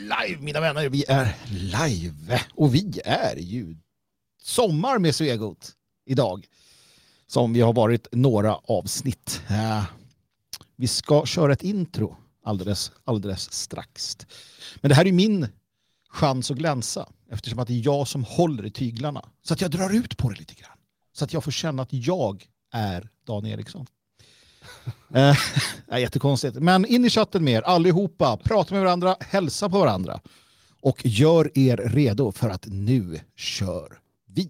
live, mina vänner. Vi är live. Och vi är ju sommar med Svegot idag. Som vi har varit några avsnitt. Vi ska köra ett intro alldeles strax. Men det här är min chans att glänsa. Eftersom att det är jag som håller i tyglarna. Så att jag drar ut på det lite grann. Så att jag får känna att jag är Dan Eriksson. Jättekonstigt. Men in i chatten med er allihopa. Prata med varandra, hälsa på varandra. Och gör er redo för att nu kör vi.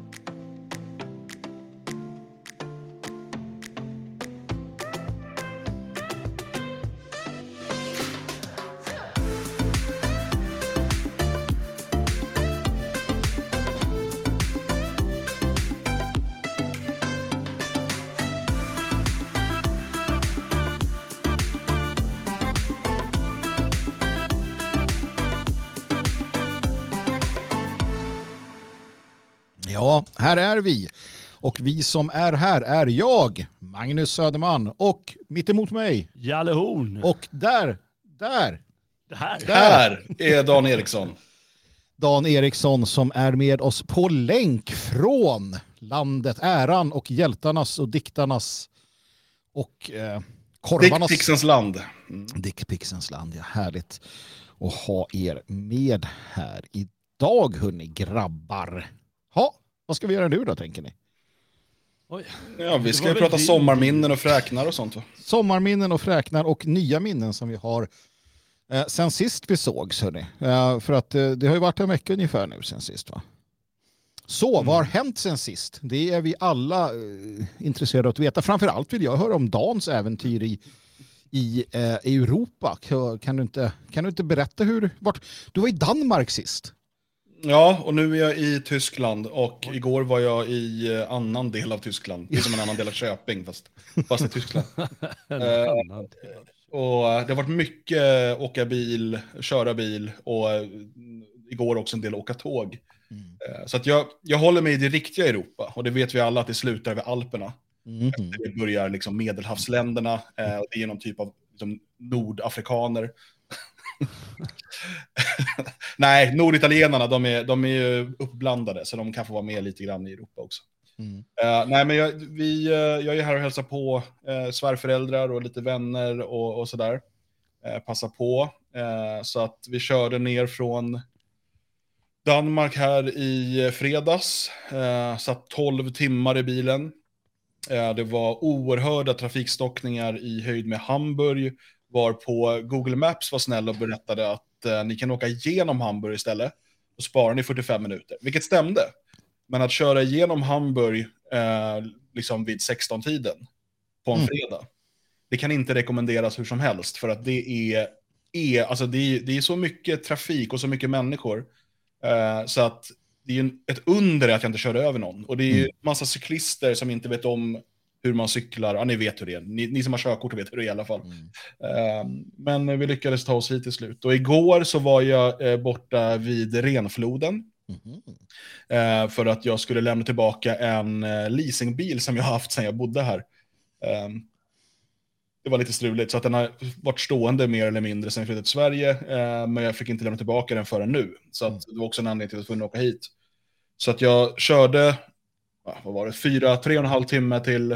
Ja, här är vi. Och vi som är här är jag, Magnus Söderman. Och mitt emot mig, Jalle Horn. Och där är Dan Eriksson. Dan Eriksson som är med oss på länk från landet, äran och hjältarnas och diktarnas och korvarnas. Dickpixens land. Dickpixens land, ja, härligt att ha er med här idag, hörni grabbar. Ja, vad ska vi göra nu då, tänker ni? Oj. Ja, vi ska ju prata sommarminnen och fräknar och sånt, va? Sommarminnen och fräknar och nya minnen som vi har sen sist vi sågs, hörni. För att det har ju varit en vecka ungefär nu sen sist, va? Så, vad har hänt sen sist? Det är vi alla intresserade av att veta. Framförallt vill jag höra om Dans äventyr i Europa. Kan du inte berätta vart du var i Danmark sist? Ja, och nu är jag i Tyskland och igår var jag i annan del av Tyskland. Det är som en annan del av Köping fast i Tyskland. Och det har varit mycket åka bil, köra bil och igår också en del åka tåg. Så att jag håller mig i det riktiga Europa och det vet vi alla att det slutar vid Alperna. Det börjar liksom Medelhavsländerna och det är någon typ av liksom, nordafrikaner. Nej, norditalienarna de är ju uppblandade så de kan få vara med lite grann i Europa också. Nej, men jag är här och hälsar på svärföräldrar och lite vänner och sådär. Passa på. Så att vi körde ner från Danmark här i fredags. Satt 12 timmar i bilen. Det var oerhörda trafikstockningar i höjd med Hamburg. Var på Google Maps var snäll och berättade att ni kan åka igenom Hamburg istället och spara ni 45 minuter, vilket stämde. Men att köra igenom Hamburg liksom vid 16-tiden på en fredag, det kan inte rekommenderas hur som helst för att det är så mycket trafik och så mycket människor så att det är ett under att jag inte körde över någon. Och det är ju massa cyklister som inte vet om hur man cyklar. Ja, ni vet hur det är. Ni som har körkort vet hur det är i alla fall. Men vi lyckades ta oss hit till slut. Och igår så var jag borta vid Renfloden. För att jag skulle lämna tillbaka en leasingbil som jag har haft sedan jag bodde här. Det var lite struligt så att den har varit stående mer eller mindre sedan jag flyttade till Sverige. Men jag fick inte lämna tillbaka den förrän nu. Så att det var också en anledning till att jag kunde åka hit. Så att jag körde 3,5 timme till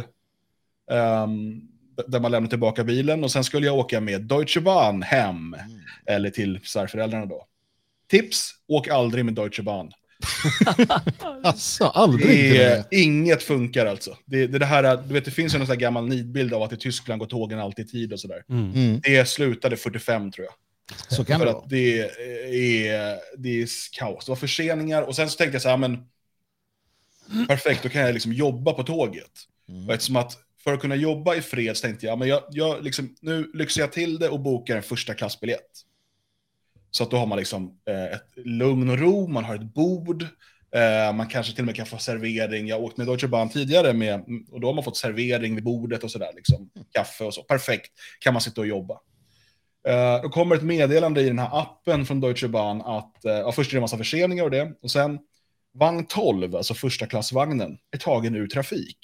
där man lämnar tillbaka bilen och sen skulle jag åka med Deutsche Bahn hem eller till svärföräldrarna då. Tips, åk aldrig med Deutsche Bahn. Alltså, aldrig. Inget funkar alltså. Det här, du vet, det finns ju en sån här gammal nidbild av att i Tyskland går tågen alltid i tid och sådär. Det slutade 45 tror jag. Så kan för det att det är kaos. Det var förseningar och sen så tänkte jag så här, men perfekt, då kan jag liksom jobba på tåget. Och eftersom att för att kunna jobba i fred tänkte jag, men jag liksom, nu lyxar jag till det och bokar en första klassbiljett. Så att då har man liksom ett lugn och ro, man har ett bord, man kanske till och med kan få servering. Jag åkte med Deutsche Bahn tidigare och då har man fått servering vid bordet och sådär, liksom, kaffe och så. Perfekt, kan man sitta och jobba. Då kommer ett meddelande i den här appen från Deutsche Bahn att först är det en massa förseningar och det, och sen vagn 12, alltså första klassvagnen, är tagen ur trafik.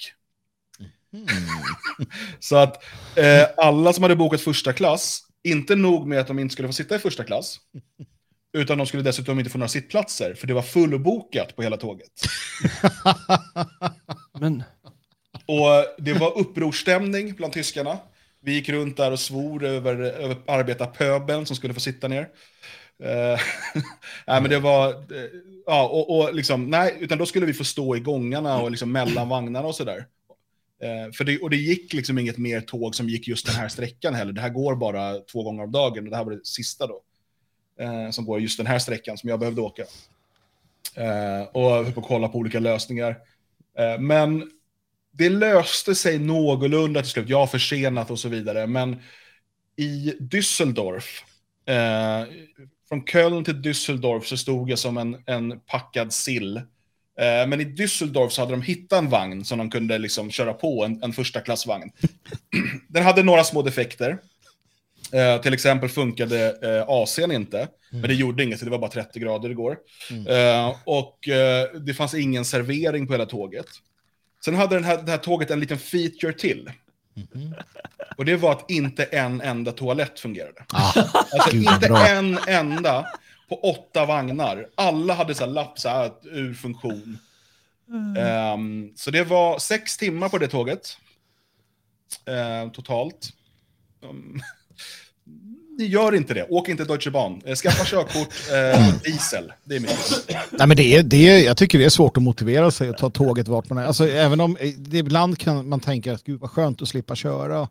Så att alla som hade bokat första klass, inte nog med att de inte skulle få sitta i första klass, Utan de skulle dessutom inte få några sittplatser, för det var fullbokat på hela tåget. Men... Och det var upprorsstämning bland tyskarna. Vi gick runt där och svor över arbetarpöbeln som skulle få sitta ner. Nej, men det var... Ja, och liksom, nej, utan då skulle vi få stå i gångarna och liksom mellan vagnarna och sådär. Och det gick liksom inget mer tåg som gick just den här sträckan heller. Det här går bara 2 gånger om dagen, och det här var det sista då. Som går just den här sträckan som jag behövde åka. Och jag höll på att kolla på olika lösningar. Men det löste sig någorlunda till slut. Jag har försenat och så vidare. Men i Düsseldorf, från Köln till Düsseldorf så stod jag som en packad sill. Men i Düsseldorf så hade de hittat en vagn som de kunde liksom köra på, en första klassvagn. Den hade några små defekter. Till exempel funkade AC:n inte, men det gjorde inget, så det var bara 30 grader igår. Och det fanns ingen servering på hela tåget. Sen hade det här tåget en liten feature till. Och det var att inte en enda toalett fungerade. Alltså inte en enda på 8 vagnar. Alla hade så här lapp så här, ur funktion. Så det var 6 timmar på det tåget. Totalt. Ni gör inte det. Åk inte Deutsche Bahn. Skaffa körkort och diesel. Det är mycket. Nej, men jag tycker det är svårt att motivera sig att ta tåget vart man är. Alltså, även om det ibland kan man tänka att gud vad skönt att slippa köra.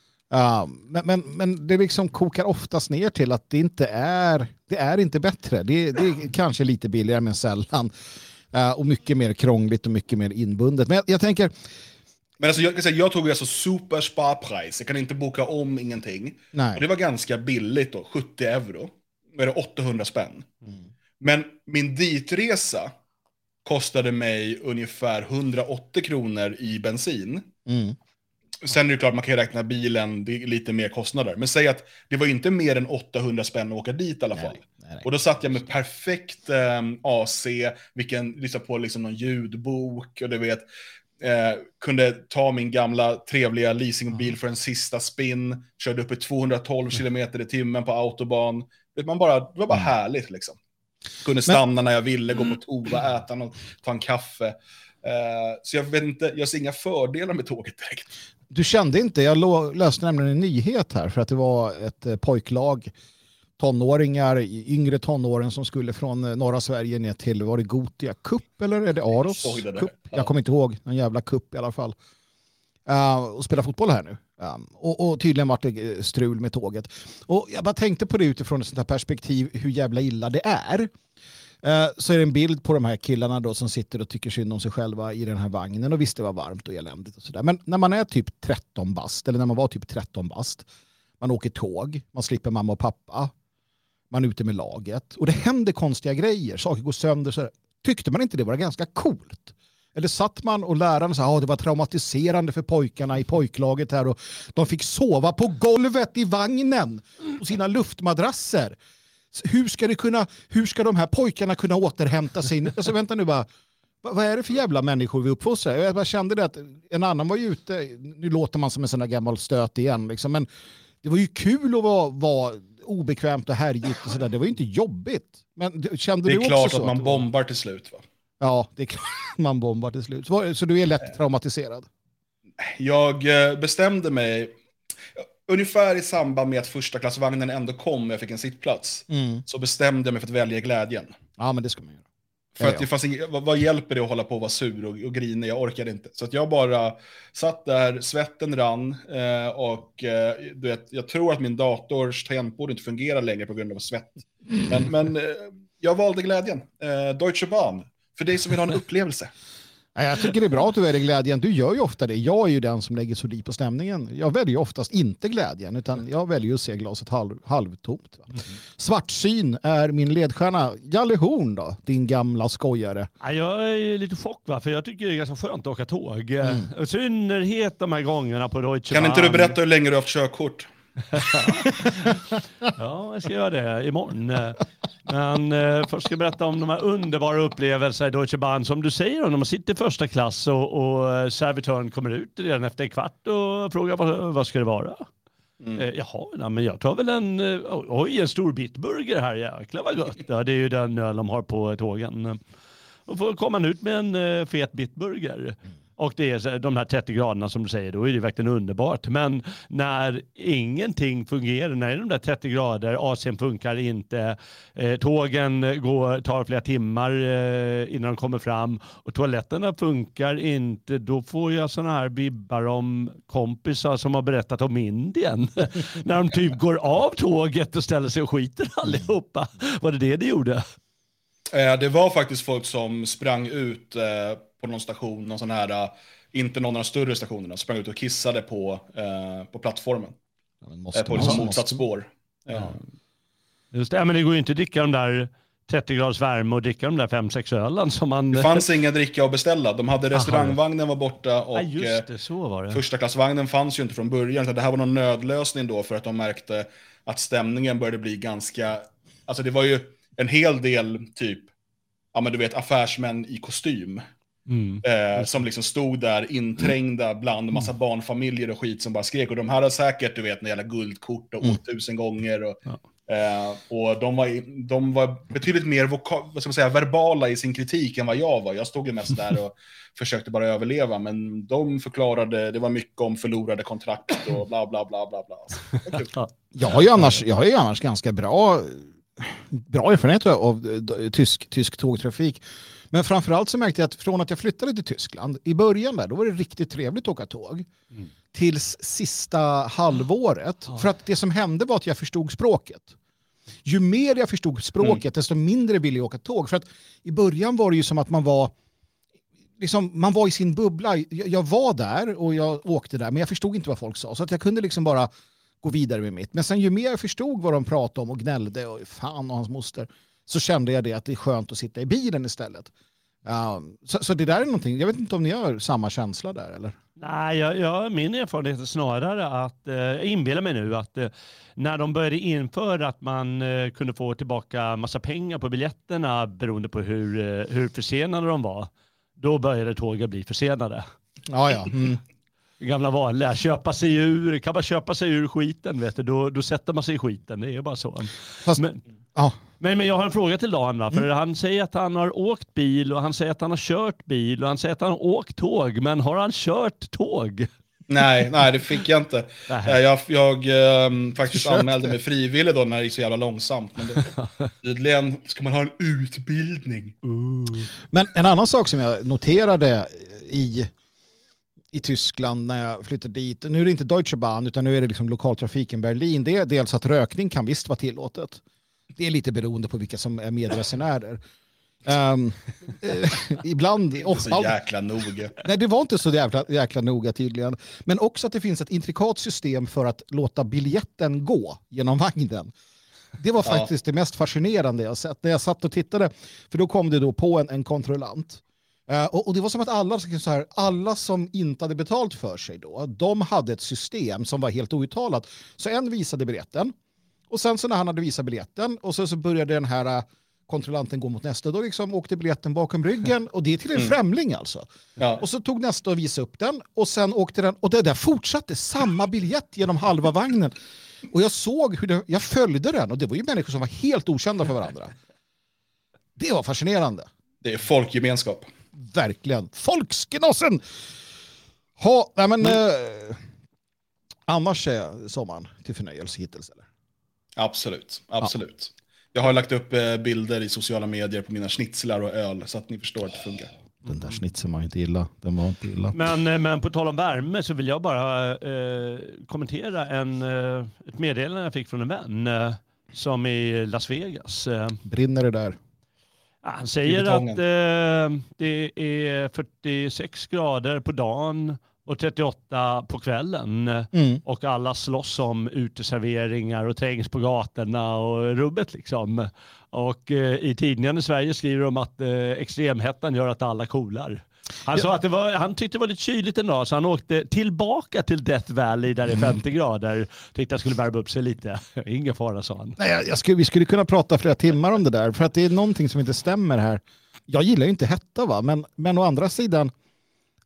Men det liksom kokar oftast ner till att det är inte bättre. Det är kanske lite billigare men sällan. Och mycket mer krångligt och mycket mer inbundet. Men jag tänker... Men alltså, jag tog alltså super sparpris. Jag kan inte boka om ingenting. Nej. Och det var ganska billigt då, 70 euro. Då är det 800 spänn. Men min ditresa kostade mig ungefär 180 kronor i bensin. Sen är det klart man kan räkna bilen, det är lite mer kostnader. Men säg att det var inte mer än 800 spänn att åka dit i alla fall. Nej. Och då satt jag med perfekt AC, lyssna på liksom någon ljudbok och du vet... kunde ta min gamla trevliga leasingbil för en sista spin, körde upp i 212 kilometer i timmen på autobahn. Det var bara härligt liksom. Kunde stanna när jag ville, gå på toa, äta och ta en kaffe. Så jag vet inte, jag ser inga fördelar med tåget direkt. Du kände inte, jag löste nämligen en nyhet här för att det var ett pojklag, tonåringar, yngre tonåren som skulle från norra Sverige ner till, var det Gothia Cup eller är det Aros Cup? Jag kommer inte ihåg, en jävla cup i alla fall. Och spela fotboll här nu. Och tydligen var det strul med tåget. Och jag bara tänkte på det utifrån ett sånt här perspektiv, hur jävla illa det är. Så är det en bild på de här killarna då som sitter och tycker synd om sig själva i den här vagnen, och visst det var varmt och eländigt och sådär. Men när man är typ 13 bast, eller när man var typ 13 bast, man åker tåg, man slipper mamma och pappa, man är ute med laget och det händer konstiga grejer, saker går sönder så där. Tyckte man inte det var ganska coolt? Eller satt man och lärarna sa det var traumatiserande för pojkarna i pojklaget här och de fick sova på golvet i vagnen på sina luftmadrasser. Hur ska de här pojkarna kunna återhämta sig? Alltså vänta nu bara, vad är det för jävla människor vi uppfostrar? Jag bara kände det att en annan var ju ute, nu låter man som en sån där gammal stöt igen liksom, men det var ju kul att vara obekvämt och härjigt och sådär. Det var ju inte jobbigt. Men kände du också så? Det är klart att man bombar till slut, va? Ja, det är klart att man bombar till slut. Så du är lätt traumatiserad? Jag bestämde mig ungefär i samband med att första klassvagnen ändå kom och jag fick en sittplats. Så bestämde jag mig för att välja glädjen. Ja, men det ska man göra. För att det fanns vad hjälper det att hålla på och vara sur och grinig? Jag orkade inte. Så att jag bara satt där, svetten rann och jag tror att min dators tangentbord inte fungerar längre på grund av svett. Men jag valde glädjen. Deutsche Bahn. För dig som vill ha en upplevelse. Jag tycker det är bra att du väljer glädjen. Du gör ju ofta det. Jag är ju den som lägger så dit på stämningen. Jag väljer ju oftast inte glädjen, utan jag väljer att se glaset halvtomt. Svartsyn är min ledstjärna. Jalle Horn då, din gamla skojare. Ja, jag är lite chock, för jag tycker det är ganska skönt att åka tåg. I synnerhet de här gångerna på Deutsche Bahn. Kan inte du berätta hur länge du har haft körkort? Ja, jag ska göra det imorgon. Men först ska jag berätta om de här underbara upplevelserna i Deutsche Bahn. Som du säger, när man sitter i första klass och servitören kommer ut redan efter en kvart och frågar vad ska det vara? Jaha, men jag tar väl en stor bitburger här, jäklar vad gott. Ja, det är ju den öl de har på tågen. Och får komma ut med en fet bitburger. Och det är de här 30 graderna som du säger, då är det verkligen underbart. Men när ingenting fungerar, när det är de där 30 grader, AC:n funkar inte, tågen tar flera timmar innan de kommer fram och toaletterna funkar inte, då får jag såna här bibbar om kompisar som har berättat om Indien. När de typ går av tåget och ställer sig och skiter allihopa. Var det det gjorde? Det var faktiskt folk som sprang ut på någon station, någon sån här, inte någon av de större stationerna, sprang ut och kissade på plattformen. På motsatt spår. Just det, men det går ju inte att dricka de där 30 graders värme och dricka de där 5-6 ölen som man... Det fanns inga dricka att beställa. De hade restaurangvagnen var borta och just det, så var det. Första klassvagnen fanns ju inte från början. Så det här var någon nödlösning då för att de märkte att stämningen började bli ganska... Alltså det var ju en hel del typ, ja men du vet, affärsmän i kostym. Som liksom stod där inträngda bland en massa barnfamiljer och skit som bara skrek. Och de här har säkert, du vet, en jävla guldkort och 8000 gånger. Och de var betydligt mer verbala i sin kritik än vad jag var. Jag stod ju mest där och försökte bara överleva. Men de förklarade, det var mycket om förlorade kontrakt och bla bla bla bla bla. Jag har ju annars ganska bra erfarenhet av tysk tågtrafik. Men framförallt så märkte jag att från att jag flyttade till Tyskland, i början där, då var det riktigt trevligt att åka tåg. Tills sista halvåret. För att det som hände var att jag förstod språket. Ju mer jag förstod språket, desto mindre ville jag åka tåg. För att i början var det ju som att man var i sin bubbla. Jag var där och jag åkte där, men jag förstod inte vad folk sa. Så att jag kunde liksom bara gå vidare med mitt. Men sen ju mer jag förstod vad de pratade om och gnällde och fan och hans moster, så kände jag det att det är skönt att sitta i bilen istället. Så det där är någonting, jag vet inte om ni har samma känsla där eller? Nej, min erfarenhet är snarare att, jag inbillar mig nu att när de började införa att man kunde få tillbaka massa pengar på biljetterna beroende på hur försenade de var, då började tågen bli försenade. Ja. Gamla vanliga, kan man köpa sig ur skiten, vet du, då sätter man sig i skiten, det är bara så. Men jag har en fråga till Dan, va? För han säger att han har åkt bil och han säger att han har kört bil och han säger att han har åkt tåg, men har han kört tåg? Nej, det fick jag inte. Jag faktiskt anmälde mig frivillig då när det gick så jävla långsamt. Men tydligen ska man ha en utbildning. Men en annan sak som jag noterade i Tyskland när jag flyttade dit, nu är det inte Deutsche Bahn utan nu är det liksom lokaltrafiken Berlin, det är dels att rökning kan visst vara tillåtet. Det är lite beroende på vilka som är medresenärer. Ibland... Det är inte så jäkla noga. Nej, det var inte så jäkla noga tydligen. Men också att det finns ett intrikat system för att låta biljetten gå genom vagnen. Det var faktiskt det mest fascinerande jag sett. När jag satt och tittade, för då kom det då på en kontrollant. Och det var som att alla som inte hade betalt för sig då, de hade ett system som var helt outtalat. Så en visade biljetten. Och sen så när han hade visat biljetten och så började den här kontrollanten gå mot nästa, då liksom åkte biljetten bakom ryggen och det är till en främling alltså. Ja. Och så tog nästa och visade upp den och sen åkte den och det där fortsatte samma biljett genom halva vagnen. Och jag såg jag följde den och det var ju människor som var helt okända för varandra. Det var fascinerande. Det är folkgemenskap. Verkligen. Folksgenossen! Annars är sommaren till förnöjelse hittills, eller? Absolut. Ja. Jag har lagt upp bilder i sociala medier på mina schnitzlar och öl så att ni förstår att det funkar. Den där schnitzeln var inte illa. Den var inte illa. Men på tal om värme så vill jag bara kommentera ett meddelande jag fick från en vän som är i Las Vegas. Brinner det där? Han säger att det är 46 grader på dagen och 38 på kvällen. Och alla slåss om uteserveringar och trängs på gatorna och rubbet liksom. Och i tidningen i Sverige skriver de att extremhettan gör att alla coolar. Han sa att han tyckte det var lite kyligt en dag så han åkte tillbaka till Death Valley där det är 50 grader. Tyckte jag skulle värma upp sig lite. Ingen fara, sa han. Nej, vi skulle kunna prata flera timmar om det där för att det är någonting som inte stämmer här. Jag gillar ju inte hetta, va? Men å andra sidan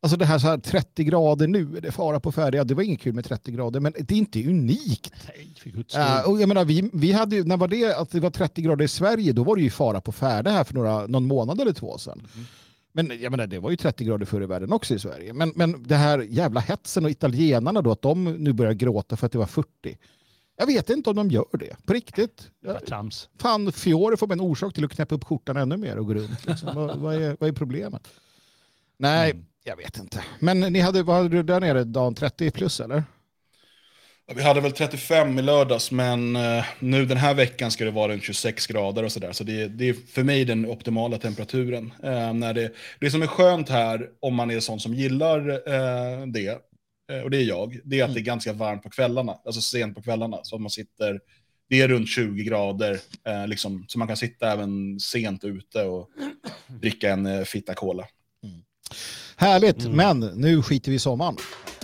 Alltså det här, så här 30 grader nu, är det fara på färd. Ja, det var inget kul med 30 grader, men det är inte unikt. Nej, Och jag menar, vi hade ju, när var det att det var 30 grader i Sverige, då var det ju fara på färd här för någon månad eller 2 sedan. Men jag menar, det var ju 30 grader förr i världen också i Sverige. Men det här jävla hetsen och italienarna då, att de nu börjar gråta för att det var 40. Jag vet inte om de gör det. På riktigt. trams. Fan, Fiore får en orsak till att knäppa upp skjortan ännu mer och gå runt. Liksom. Vad är problemet? Nej, jag vet inte. Men vad hade du där nere? Dagen 30 plus eller? Ja, vi hade väl 35 i lördags, men nu den här veckan ska det vara runt 26 grader och sådär. Så det är för mig den optimala temperaturen. Det som är skönt här, om man är sån som gillar det, och det är jag, det är att det är ganska varmt på kvällarna, alltså sent på kvällarna. Så att man sitter, det är runt 20 grader, liksom, så man kan sitta även sent ute och dricka en fitta cola. Härligt, men nu skiter vi i sommaren.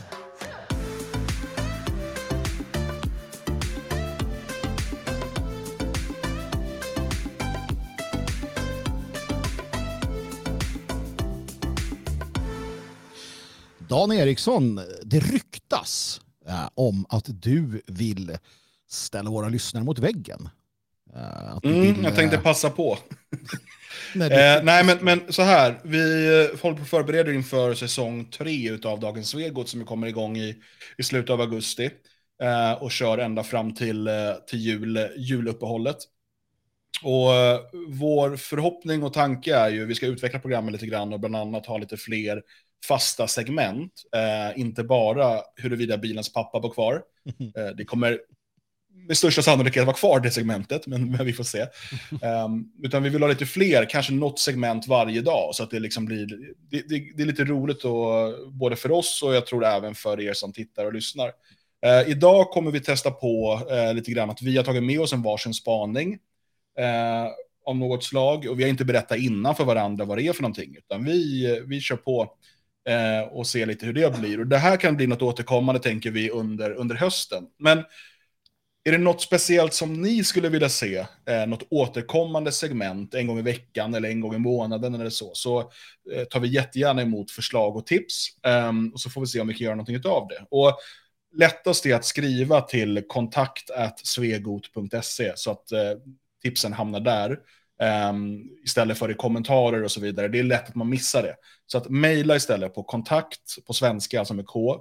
Dan Eriksson, det ryktas om att du vill ställa våra lyssnare mot väggen. Jag tänkte passa på. Nej, men så här. Vi håller på att förbereda inför säsong 3 utav Dagens Svegot som kommer igång i slutet av augusti. Och kör ända fram till juluppehållet. Och vår förhoppning och tanke är ju, vi ska utveckla programmet lite grann och bland annat ha lite fler fasta segment. Inte bara huruvida bilens pappa var kvar. Det kommer med största sannolikhet vara kvar det segmentet, men vi får se. Utan vi vill ha lite fler, kanske något segment varje dag, så att det liksom blir, det är lite roligt och, både för oss och jag tror även för er som tittar och lyssnar. Idag kommer vi testa på lite grann att vi har tagit med oss en varsin spaning av något slag, och vi har inte berättat innan för varandra vad det är för någonting, utan vi kör på och ser lite hur det blir. Och det här kan bli något återkommande, tänker vi, under hösten. Men är det något speciellt som ni skulle vilja se? Något återkommande segment en gång i veckan eller en gång i månaden eller så tar vi jättegärna emot förslag och tips. Och så får vi se om vi kan göra någonting av det. Och lättast är att skriva till kontakt@svegot.se så att tipsen hamnar där. Istället för i kommentarer och så vidare. Det är lätt att man missar det. Så att mejla istället på kontakt på svenska, alltså med K,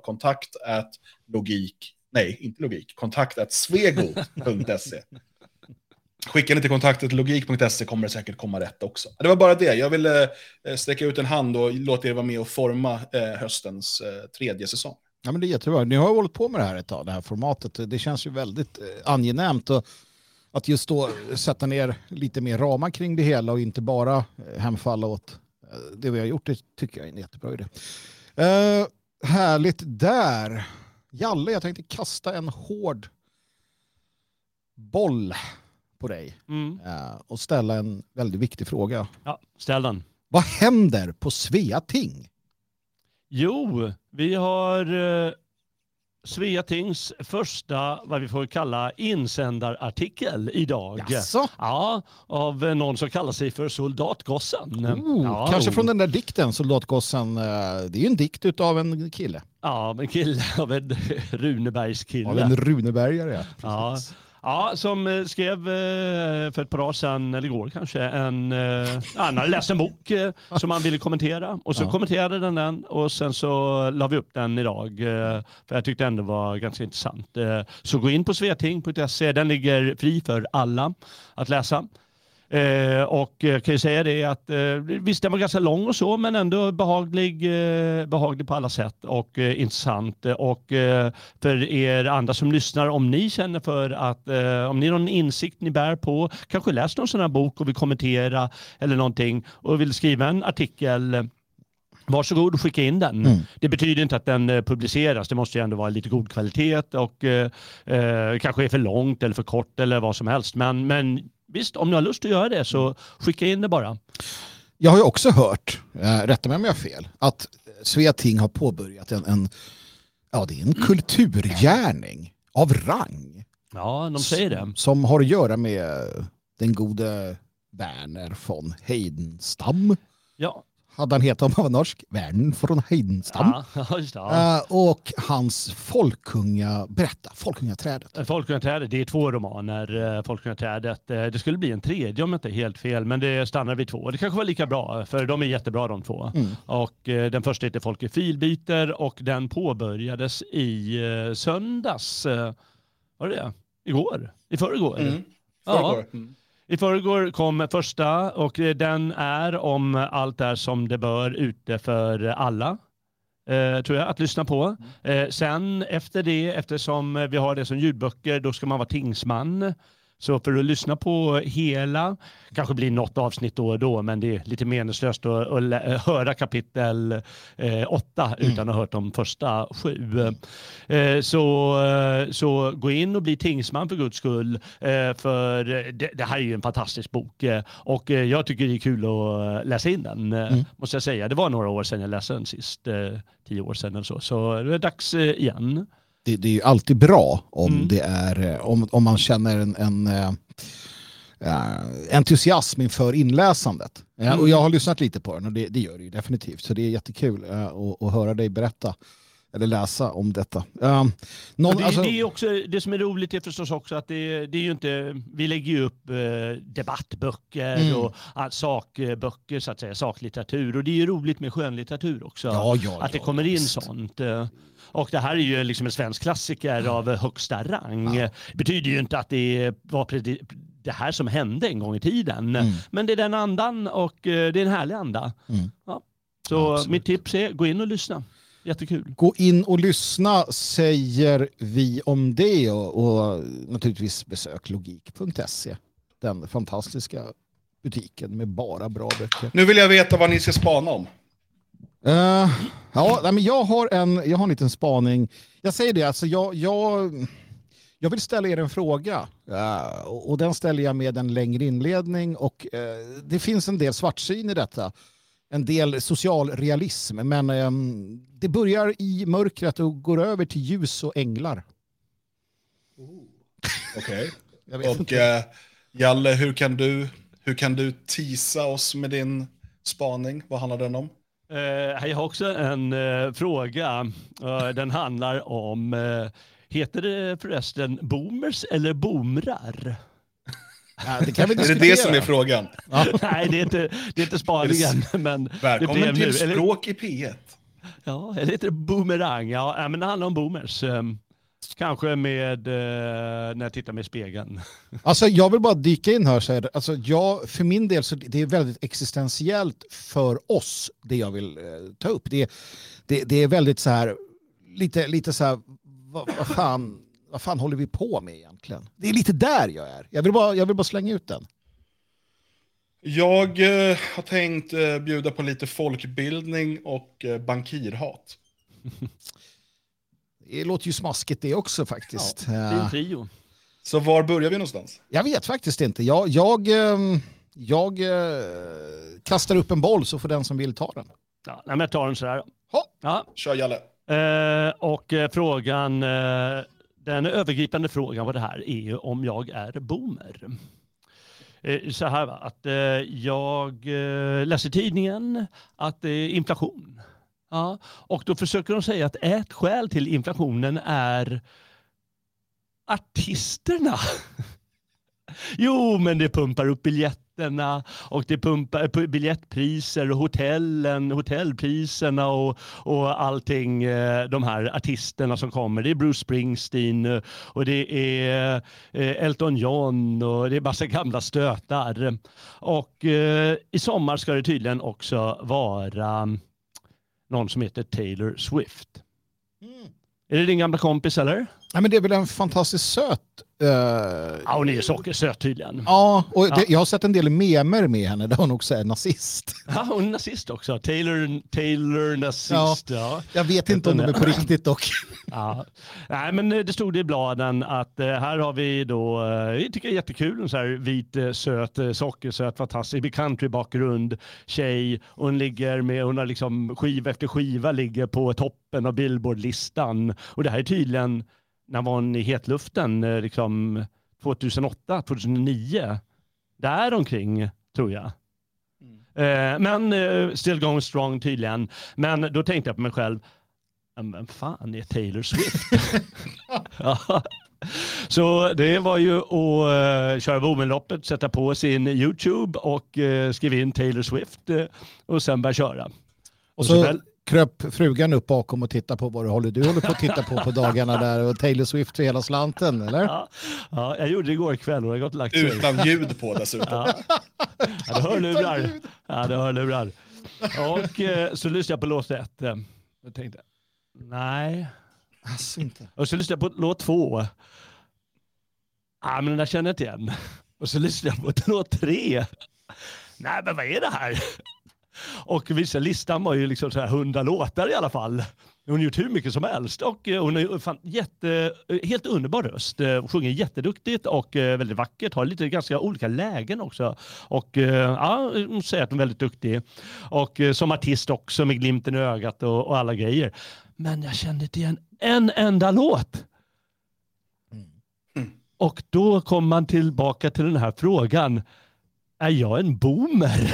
kontakt@svegot.se. Skicka ni till kontaktet.logik.se kommer det säkert komma rätt också. Det var bara det. Jag ville sträcka ut en hand och låta er vara med och forma höstens 3:e säsong. Ja, men det är jättebra. Ni har hållit på med det här ett tag, det här formatet. Det känns ju väldigt angenämt och att just då sätta ner lite mer ramar kring det hela och inte bara hemfalla åt det vi har gjort. Det tycker jag är en jättebra idé. Härligt där. Jalle, jag tänkte kasta en hård boll på dig och ställa en väldigt viktig fråga. Ja, ställ den. Vad händer på Sveating? Jo, vi har Sveatings första, vad vi får kalla, insändarartikel idag. Jaså? Ja, av någon som kallar sig för Soldatgossen. Kanske från den där dikten, Soldatgossen. Det är ju en dikt av en kille. Ja, en kille av en Runebergskille. Av en Runebergare, ja. Ja, som skrev för ett par år sedan, eller igår kanske, han hade läst en bok som han ville kommentera. Och så kommenterade den och sen så la vi upp den idag. För jag tyckte ändå var ganska intressant. Så gå in på sveating.se, den ligger fri för alla att läsa. Och kan ju säga det att visst den var ganska lång och så, men ändå behaglig på alla sätt och intressant. Och för er andra som lyssnar, om ni känner för att om ni har någon insikt ni bär på, kanske läst någon sån här bok och vill kommentera eller någonting och vill skriva en artikel, varsågod och skicka in den. Det betyder inte att den publiceras. Det måste ju ändå vara lite god kvalitet och kanske är för långt eller för kort eller vad som helst. Men visst, om ni har lust att göra det så skicka in det bara. Jag har ju också hört, rätta mig om jag har fel, att Sveating har påbörjat det är en kulturgärning av rang. Ja, de säger det. Som har att göra med den gode Werner von Heidenstam. Ja. hade han hetat om han var norsk. Verden från Heinstam. Ja, just det. Och hans Folkungaträdet. Folkungaträdet, det är 2 romaner. Folkungaträdet. Det skulle bli en 3:e om jag inte är helt fel, men det stannar vid 2. Det kanske var lika bra, för de är jättebra de 2. Och den första heter Folke Filbiter och den påbörjades i söndags. Var det? Igår? I förrgår? Ja. I förrgår kom första och den är om allt där som det bör ute för alla. Tror jag, att lyssna på. Sen efter det, eftersom vi har det som ljudböcker, då ska man vara tingsman. Så för att lyssna på hela, kanske blir något avsnitt då och då, men det är lite meningslöst att höra kapitel 8 utan att ha hört de första 7. Så gå in och bli tingsman för Guds skull, för det här är ju en fantastisk bok och jag tycker det är kul att läsa in den, måste jag säga. Det var några år sedan jag läste den sist, 10 år sedan eller så det är dags igen. Det är ju alltid bra om det är om man känner en entusiasm inför inläsandet. Och jag har lyssnat lite på den och det gör det ju definitivt. Så det är jättekul att höra dig berätta eller läsa om detta. Det är också, det som är roligt är förstås också att det är ju inte, vi lägger ju upp debattböcker och sakböcker så att säga, saklitteratur, och det är ju roligt med skönlitteratur också. Att det kommer in sånt. Och det här är ju liksom en svensk klassiker av högsta rang. Det betyder ju inte att det var det här som hände en gång i tiden. Men det är den andan och det är en härlig anda. Ja. Så mitt tips är, gå in och lyssna. Jättekul. Gå in och lyssna, säger vi om det, och naturligtvis besök logik.se. Den fantastiska butiken med bara bra böcker. Nu vill jag veta vad ni ska spana om. Men jag har en liten spaning. Jag säger det, alltså jag vill ställa er en fråga. Och den ställer jag med en längre inledning, och det finns en del svartsyn i detta. En del social realism, men det börjar i mörkret och går över till ljus och änglar. Okej. Och Jalle, hur kan du teasa oss med din spaning? Vad handlar den om? Jag har också en fråga. Den handlar om, heter det förresten boomers eller boomrar? Det kan vi är det som är frågan? Nej, det är inte spaningen. Men välkommen till Språk i P1. Ja, eller heter det boomerang? Ja, men det handlar om boomers. Kanske med när jag tittar med spegeln. Alltså jag vill bara dyka in här. För min del så det är väldigt existentiellt för oss, det jag vill ta upp. Det är väldigt så här, lite så här, vad fan håller vi på med egentligen? Det är lite där jag är. Jag vill bara slänga ut den. Jag har tänkt bjuda på lite folkbildning och bankirhat. Det låter ju smaskigt det också faktiskt. Ja, det är en trio. Så var börjar vi någonstans? Jag vet faktiskt inte. Jag kastar upp en boll så får den som vill ta den. Ja, men jag tar den så här. Ja. Kör Jalle. Och frågan, den övergripande frågan på det här är ju om jag är boomer. Så här att jag läser tidningen att det är inflation. Ja, och då försöker de säga att ett skäl till inflationen är artisterna. Jo, men det pumpar upp biljetterna och det pumpar biljettpriser och hotellpriserna och allting. De här artisterna som kommer. Det är Bruce Springsteen och det är Elton John och det är massa gamla stötar. Och i sommar ska det tydligen också vara någon som heter Taylor Swift. Är det din gamla kompis eller? Ja, men det är väl en fantastiskt söt... Ja, hon är sockersöt tydligen. Ja, och jag har sett en del memer med henne där hon också är nazist. Ja, hon är nazist också. Taylor nazist. Ja. Jag vet inte om de är på riktigt dock. Ja. Nej, men det stod i bladen att här har vi då, jag tycker det är jättekul, en så här vit, söt, sockersöt, fantastisk, med countrybakgrund, tjej. Hon har liksom skiva efter skiva ligger på toppen av Billboard-listan. Och det här är tydligen när var hon i hetluften, liksom 2008, 2009. Där omkring, tror jag. Men still going strong tydligen. Men då tänkte jag på mig själv, men fan är Taylor Swift? Ja. Så det var ju att köra Vomenloppet, sätta på sin YouTube och skriva in Taylor Swift och sen börja köra. Och så kröp frugan upp bakom och tittade på vad du håller på att titta på dagarna där och Taylor Swift för hela slanten, eller? Ja, jag gjorde det igår kväll och det har gått lagt sig. Utan ljud på dessutom. Ja, det hör lurar. Ja, det hör lurar. Och så lyssnade jag på låt 1. Jag tänkte, nej. Alltså inte. Och så lyssnade jag på låt 2. Ja, men den där känner jag inte igen. Och så lyssnade jag på låt 3. Nej, men vad är det här? Och vissa listan var ju liksom så här 100 låtar i alla fall. Hon har gjort hur mycket som helst. Och hon är helt underbar röst. Sjunger jätteduktigt och väldigt vackert. Har lite ganska olika lägen också. Och hon säger att hon är väldigt duktig. Och som artist också med glimten i ögat och alla grejer. Men jag kände inte igen en enda låt. Och då kommer man tillbaka till den här frågan. Är jag en boomer?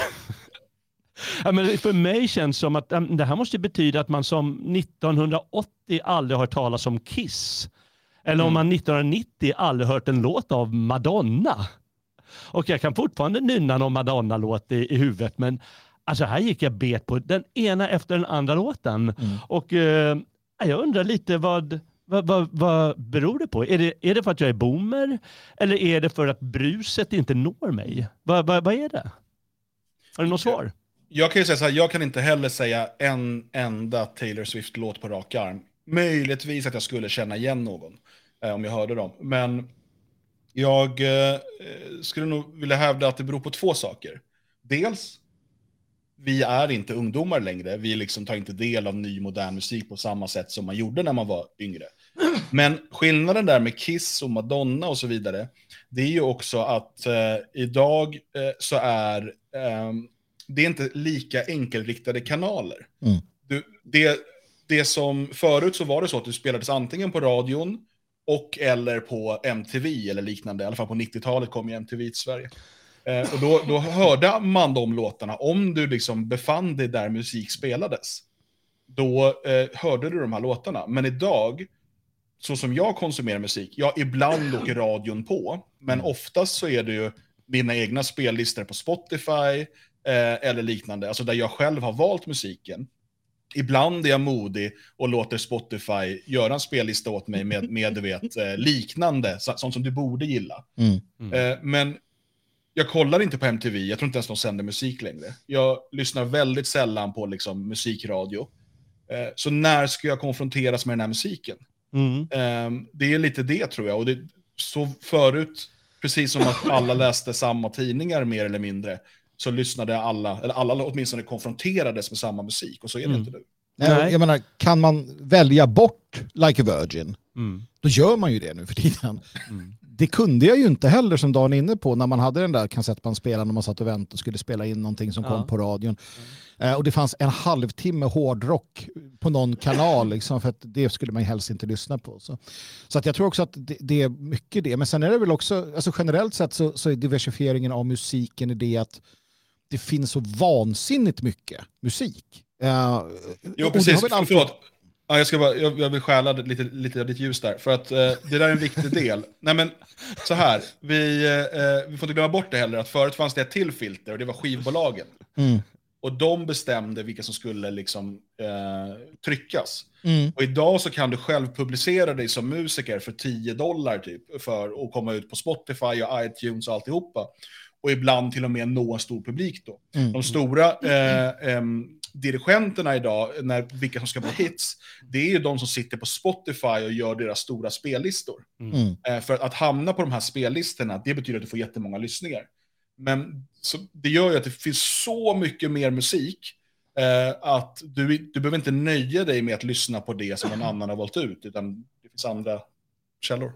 Ja, men för mig känns det som att det här måste betyda att man som 1980 aldrig har talat om Kiss. Eller om man 1990 aldrig hört en låt av Madonna. Och jag kan fortfarande nynna någon Madonna-låt i huvudet. Men alltså här gick jag bet på den ena efter den andra låten. Och jag undrar lite vad beror det på? Är det för att jag är boomer? Eller är det för att bruset inte når mig? Vad är det? Har du något svar? Jag kan ju säga så här, jag kan inte heller säga en enda Taylor Swift-låt på rak arm. Möjligtvis att jag skulle känna igen någon om jag hörde dem. Men jag skulle nog vilja hävda att det beror på 2 saker. Dels, vi är inte ungdomar längre. Vi liksom tar inte del av ny modern musik på samma sätt som man gjorde när man var yngre. Men skillnaden där med Kiss och Madonna och så vidare, det är ju också att idag så är det är inte lika enkelriktade kanaler. Det som förut så var det så att du spelades antingen på radion och eller på MTV eller liknande. I alla fall på 90-talet kom ju MTV till Sverige. Och då hörde man de låtarna. Om du liksom befann dig där musik spelades, då hörde du de här låtarna. Men idag, så som jag konsumerar musik, ibland åker radion på, men oftast så är det ju dina egna spellistor på Spotify eller liknande, alltså där jag själv har valt musiken. Ibland är jag modig och låter Spotify göra en spellista åt mig med du vet, liknande, sånt som du borde gilla. Men jag kollar inte på MTV, jag tror inte ens de sänder musik längre. Jag lyssnar väldigt sällan på liksom, musikradio. Så när ska jag konfronteras med den här musiken? Det är lite det tror jag. Och det, så förut, precis som att alla läste samma tidningar mer eller mindre, så lyssnade alla, eller alla åtminstone konfronterades med samma musik. Och så är det inte nu. Jag menar, kan man välja bort Like a Virgin, då gör man ju det nu för tiden. Det kunde jag ju inte heller, som Dan är inne på, när man hade den där kassettbandspelaren och man satt och väntade och skulle spela in någonting som kom på radion. Och det fanns en halvtimme hårdrock på någon kanal, liksom, för att det skulle man ju helst inte lyssna på. Så att jag tror också att det är mycket det. Men sen är det väl också, alltså generellt sett så är diversifieringen av musiken i det att det finns så vansinnigt mycket musik. Jo, precis. Förlåt. Ja, jag vill stjäla lite av ditt ljus där. För att det där är en viktig del. Nej, men så här. Vi får inte glömma bort det heller. Att förut fanns det ett till filter och det var skivbolagen. Och de bestämde vilka som skulle liksom, tryckas. Och idag så kan du själv publicera dig som musiker för $10 typ. För att komma ut på Spotify och iTunes och alltihopa. Och ibland till och med nå en stor publik då. De stora dirigenterna idag, vilka som ska bli hits, det är ju de som sitter på Spotify och gör deras stora spellistor. För att hamna på de här spellistorna, det betyder att du får jättemånga lyssningar. Men så, det gör ju att det finns så mycket mer musik att du behöver inte nöja dig med att lyssna på det som någon annan har valt ut, utan det finns andra källor.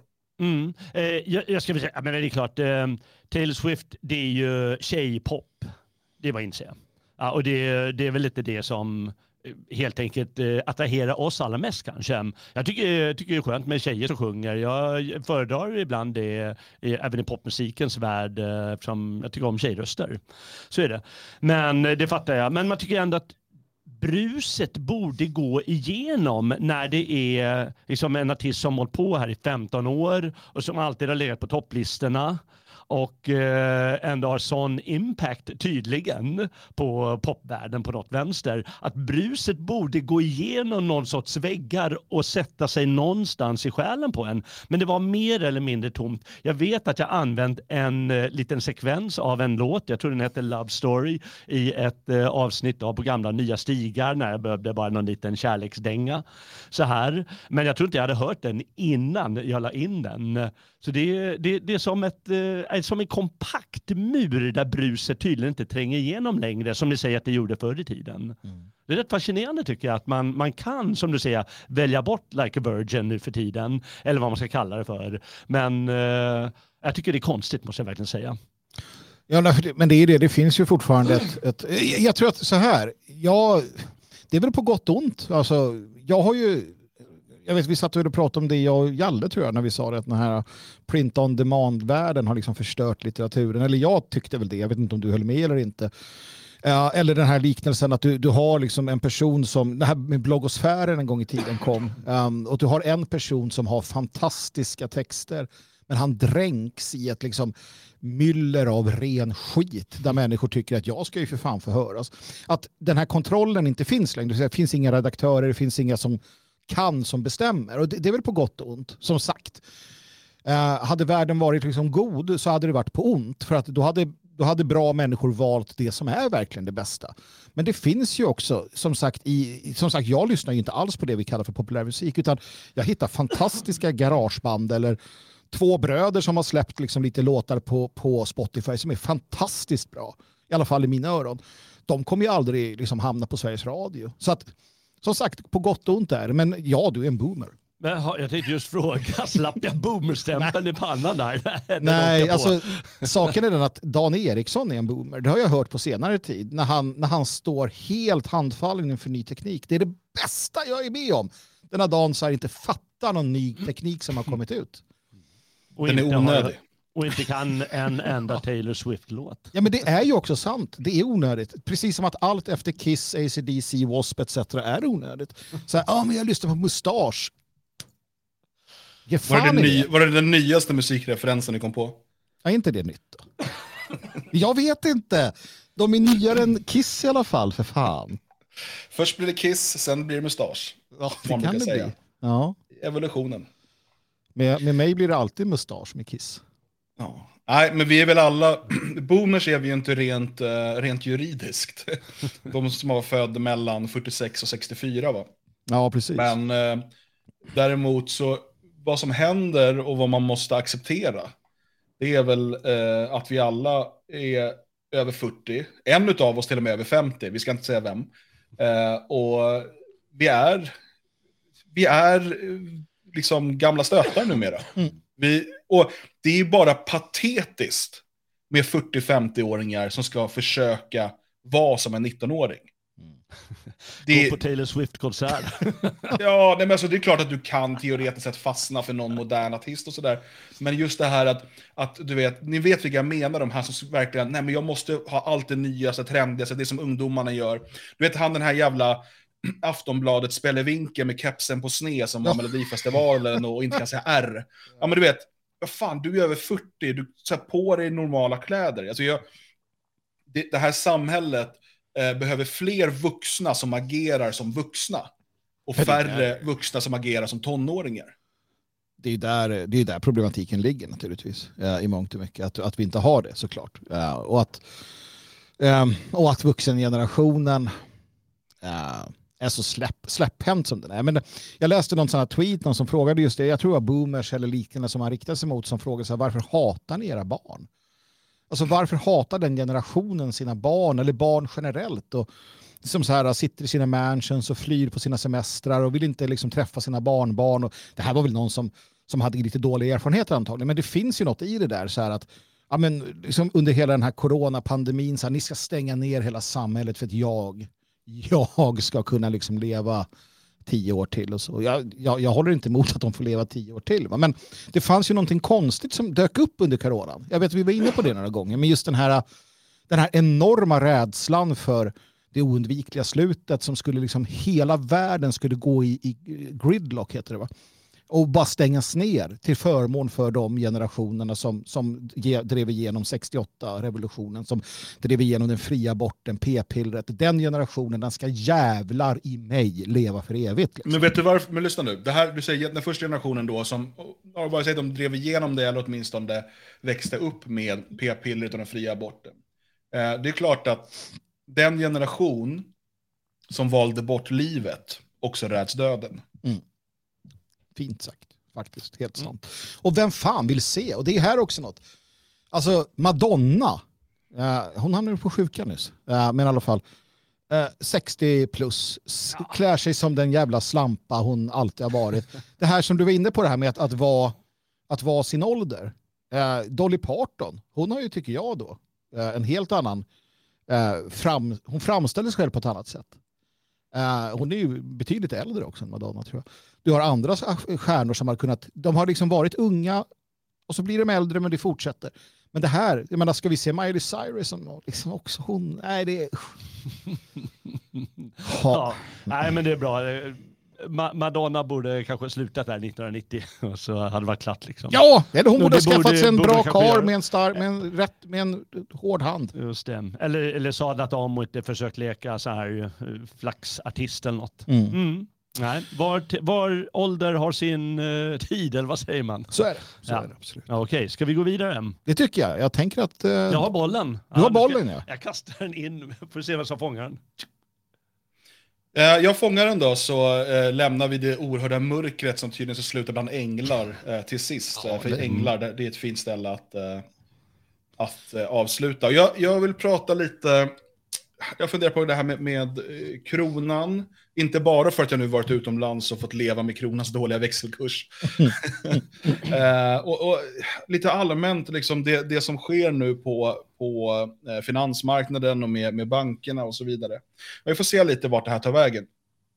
Jag ska säga, men det är klart, Taylor Swift, det är ju tjejpop. Det var inse. Ja, och det är väl lite det som helt enkelt attrahera oss alla mest kanske. Jag tycker det är skönt med tjejer som sjunger. Jag föredrar ibland det även i popmusikens värld eftersom jag tycker om tjejröster. Så är det. Men det fattar jag. Men man tycker ändå att bruset borde gå igenom när det är liksom en artist som hållit på här i 15 år och som alltid har legat på topplistorna och ändå har sån impact tydligen på popvärlden på något vänster att bruset borde gå igenom någon sorts väggar och sätta sig någonstans i själen på en. Men det var mer eller mindre tomt. Jag vet att jag använt en liten sekvens av en låt, jag tror den heter Love Story, i ett avsnitt på gamla Nya stigar när jag behövde bara någon liten kärleksdänga så här. Men jag tror inte jag hade hört den innan jag la in den. Så det är som en kompakt mur där bruset tydligen inte tränger igenom längre som ni säger att det gjorde förr i tiden. Det är rätt fascinerande tycker jag att man kan, som du säger, välja bort Like a Virgin nu för tiden eller vad man ska kalla det för. Men jag tycker det är konstigt måste jag verkligen säga. Ja, men det är det. Det finns ju fortfarande jag tror att så här, det är väl på gott och ont. Alltså, jag vet, vi satt och pratade om det, jag och Jalle tror jag, när vi sa det, att den här print-on-demand-världen har liksom förstört litteraturen. Eller jag tyckte väl det, jag vet inte om du höll med eller inte. Eller den här liknelsen att du har liksom en person som, det här med bloggosfären en gång i tiden kom, och du har en person som har fantastiska texter, men han dränks i ett liksom myller av ren skit där människor tycker att jag ska ju för fan förhöras. Att den här kontrollen inte finns längre, det finns inga redaktörer, det finns inga som bestämmer. Och det är väl på gott och ont, som sagt. Hade världen varit liksom god så hade det varit på ont. För att då hade bra människor valt det som är verkligen det bästa. Men det finns ju också, som sagt, jag lyssnar ju inte alls på det vi kallar för populärmusik, utan jag hittar fantastiska garageband eller två bröder som har släppt liksom lite låtar på Spotify som är fantastiskt bra. I alla fall i mina öron. De kommer ju aldrig liksom hamna på Sveriges Radio. Så att, som sagt, på gott och ont är det. Men ja, du är en boomer. Men jag tänkte just fråga, slapp jag boomerstämpeln i pannan där? Nej, alltså saken är den att Dan Eriksson är en boomer. Det har jag hört på senare tid. När han står helt handfallen inför ny teknik. Det är det bästa jag är med om. Den här Dan så här inte fattar någon ny teknik som har kommit ut. Och den är onödig. Och inte kan en enda Taylor Swift-låt. Ja, men det är ju också sant. Det är onödigt. Precis som att allt efter Kiss, AC/DC, W.A.S.P. etc. är onödigt. Så här, men jag lyssnar på Mustasch. Var det den nyaste musikreferensen ni kom på? Ja, inte det nytt då? Jag vet inte. De är nyare än Kiss i alla fall, för fan. Först blir det Kiss, sen blir det Mustasch. Ja, det kan det bli. Ja. Evolutionen. Med mig blir det alltid Mustasch med Kiss. Ja. Nej, men vi är väl alla... Boomers är vi ju inte rent juridiskt. De som var födda mellan 46 och 64, va? Ja, precis. Men däremot så... Vad som händer och vad man måste acceptera, det är väl att vi alla är över 40. En utav oss till och med över 50. Vi ska inte säga vem. Och vi är liksom gamla stötar numera. Och det är bara patetiskt med 40-50-åringar som ska försöka vara som en 19-åring. Gå på Taylor Swift-konsert. Ja, nej, men alltså, det är klart att du kan teoretiskt sett fastna för någon modern artist och sådär. Men just det här att du vet, ni vet vilka jag menar, de här som verkligen, nej men jag måste ha allt det nyaste, trendigaste, det som ungdomarna gör. Du vet han den här jävla Aftonbladet Spellevinke med kepsen på sne som var Melodifestivalen och inte kan säga R. Ja, men du vet, vad fan, du är över 40, du sätter på dig normala kläder. Alltså det här samhället behöver fler vuxna som agerar som vuxna och färre vuxna som agerar som tonåringar. Det är där problematiken ligger naturligtvis i mångt och mycket. Att vi inte har det såklart. Och att vuxengenerationen är så släpphänt som den är. Men jag läste någon sån här tweet, någon som frågade just det. Jag tror det var boomers eller liknande som han riktade sig mot, som frågade så här, varför hatar ni era barn? Alltså varför hatar den generationen sina barn eller barn generellt, och som så här sitter i sina mansions och flyr på sina semestrar och vill inte liksom träffa sina barnbarn. Och det här var väl någon som hade lite dåliga erfarenheter antagligen, men det finns ju något i det där så här att ja, men liksom under hela den här coronapandemin så här, ni ska stänga ner hela samhället för att jag jag ska kunna liksom leva 10 år till och så. Jag håller inte emot att de får leva 10 år till. Va? Men det fanns ju någonting konstigt som dök upp under coronan. Jag vet att vi var inne på det några gånger, men just den här enorma rädslan för det oundvikliga slutet som skulle liksom hela världen skulle gå i gridlock heter det va? Och bara stängas ner till förmån för de generationerna som drev igenom 68-revolutionen, som drev igenom den fria aborten, p-pillret. Den generationen, den ska jävlar i mig leva för evigt. Liksom. Men vet du varför? Men lyssna nu. Det här, du säger den första generationen då som, vare sig de drev igenom det eller åtminstone växte upp med p-pillret och den fria aborten. Det är klart att den generation som valde bort livet också räds döden. Mm. Fint sagt, faktiskt. Helt sant. Och vem fan vill se? Och det är här också något. Alltså, Madonna, hon hamnade på sjukan nyss. Men i alla fall, 60 plus, klär sig som den jävla slampa hon alltid har varit. Det här som du var inne på det här med att vara sin ålder. Dolly Parton, hon har ju, tycker jag då, en helt annan, hon framställer sig själv på ett annat sätt. Hon är ju betydligt äldre också än Madonna tror jag. Du har andra stjärnor som har kunnat, de har liksom varit unga och så blir de äldre men det fortsätter. Men det här, jag menar, ska vi se Miley Cyrus som liksom också hon, nej det är... Ja, nej men det är bra. Madonna borde kanske slutat där 1990 och så hade det varit klart liksom. Ja, eller hon borde ha skaffat sig en bra kar med en hård hand. Just det. Eller sadlat om och inte försökt leka så här flaxartist eller något. Nej, var ålder har sin tid, eller vad säger man? Så är det. Så är det absolut. Ja, okej, ska vi gå vidare? Det tycker jag. Jag tänker att... Jag har bollen. Du har bollen, ja. Jag kastar den in för att se vem som fångar den. Jag fångar den då, så lämnar vi det oerhörda mörkret som tydligen så slutar bland änglar till sist. För änglar, det är ett fint ställe att avsluta. Jag vill prata lite... Jag funderar på det här med kronan. Inte bara för att jag nu varit utomlands och fått leva med kronans dåliga växelkurs. och lite allmänt liksom det som sker nu på finansmarknaden och med bankerna och så vidare. Och vi får se lite vart det här tar vägen.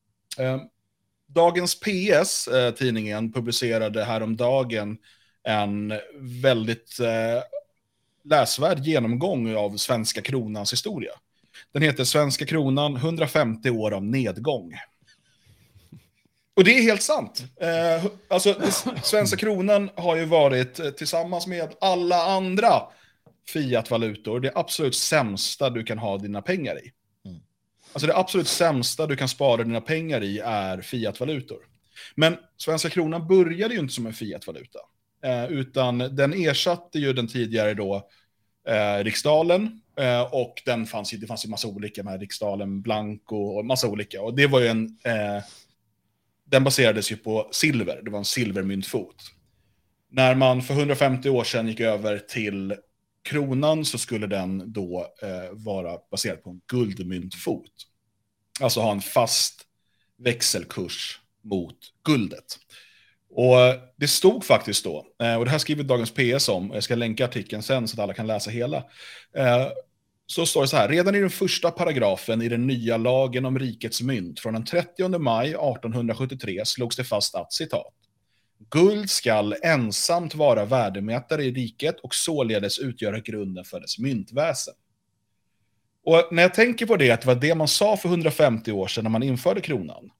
Dagens PS, tidningen, publicerade häromdagen en väldigt läsvärd genomgång av svenska kronans historia. Den heter Svenska kronan 150 år av nedgång. Och det är helt sant. Alltså, svenska kronan har ju varit tillsammans med alla andra fiatvalutor det absolut sämsta du kan ha dina pengar i. Alltså det absolut sämsta du kan spara dina pengar i är fiatvalutor. Men svenska kronan började ju inte som en fiatvaluta. Utan den ersatte ju den tidigare då riksdalen. Och det fanns ju massa olika med riksdalen, blanco och massa olika. Och det var ju den baserades ju på silver. Det var en silvermyntfot. När man för 150 år sedan gick över till kronan så skulle den då vara baserad på en guldmyntfot. Alltså ha en fast växelkurs mot guldet. Och det stod faktiskt då, och det här skriver Dagens PS om, jag ska länka artikeln sen så att alla kan läsa hela. Så står det så här: redan i den första paragrafen i den nya lagen om rikets mynt från den 30 maj 1873 slogs det fast att, citat, guld skall ensamt vara värdemätare i riket och således utgöra grunden för dess myntväsen. Och när jag tänker på det, att det var det man sa för 150 år sedan när man införde kronan,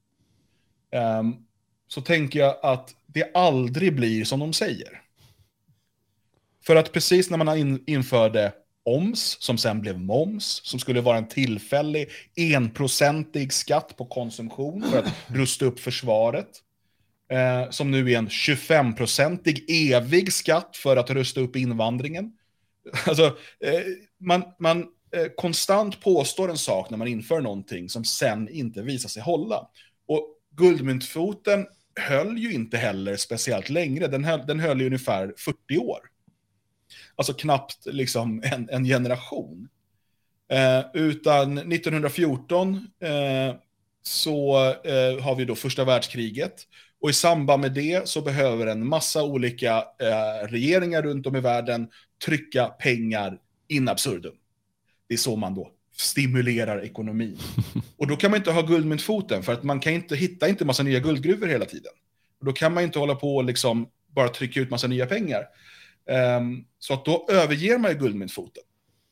så tänker jag att det aldrig blir som de säger. För att precis när man införde OMS, som sen blev moms, som skulle vara en tillfällig 1% skatt på konsumtion för att rusta upp försvaret, som nu är en 25% evig skatt för att rusta upp invandringen. Alltså, man konstant påstår en sak när man inför någonting som sen inte visar sig hålla. Och guldmyntfoten höll ju inte heller speciellt längre. Den höll ju ungefär 40 år. Alltså knappt liksom en generation. Utan 1914 så har vi då första världskriget. Och i samband med det så behöver en massa olika regeringar runt om i världen trycka pengar in absurdum. Det är så man då stimulerar ekonomin. Och då kan man inte ha guldmyntfoten, för att man kan inte hitta inte massa nya guldgruvor hela tiden. Och då kan man inte hålla på och liksom bara trycka ut massa nya pengar. Så att då överger man ju guldmyntfoten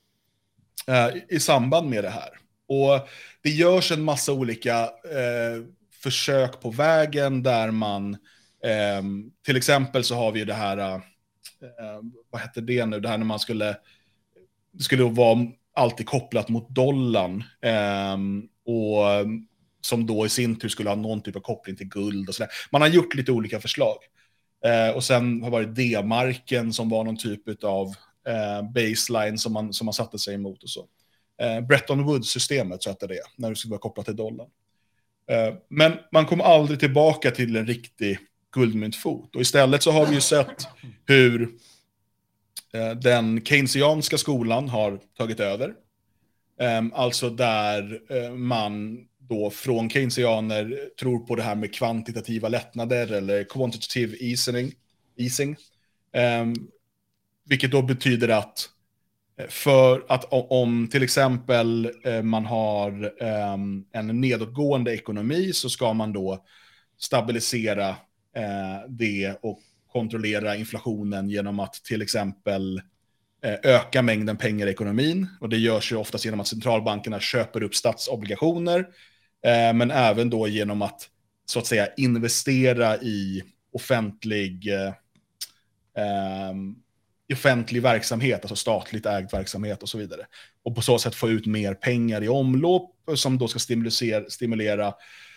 i samband med det här. Och det görs en massa olika försök på vägen där man till exempel så har vi ju det här vad heter det nu, det här när man skulle vara alltid kopplat mot dollarn och som då i sin tur skulle ha någon typ av koppling till guld och sådär. Man har gjort lite olika förslag. Och sen har varit D-marken som var någon typ av baseline som man satte sig emot och så. Bretton Woods-systemet så hette det, när det skulle vara kopplat till dollarn. Men man kom aldrig tillbaka till en riktig guldmyntfot. Och istället så har vi ju sett hur den keynesianska skolan har tagit över. Alltså där man då från keynesianer tror på det här med kvantitativa lättnader eller quantitative easing. Vilket då betyder att för att om till exempel man har en nedåtgående ekonomi så ska man då stabilisera det och kontrollera inflationen genom att till exempel öka mängden pengar i ekonomin. Och det görs ju oftast genom att centralbankerna köper upp statsobligationer, men även då genom att så att säga investera i offentlig verksamhet, alltså statligt ägd verksamhet och så vidare. Och på så sätt få ut mer pengar i omlopp som då ska stimulera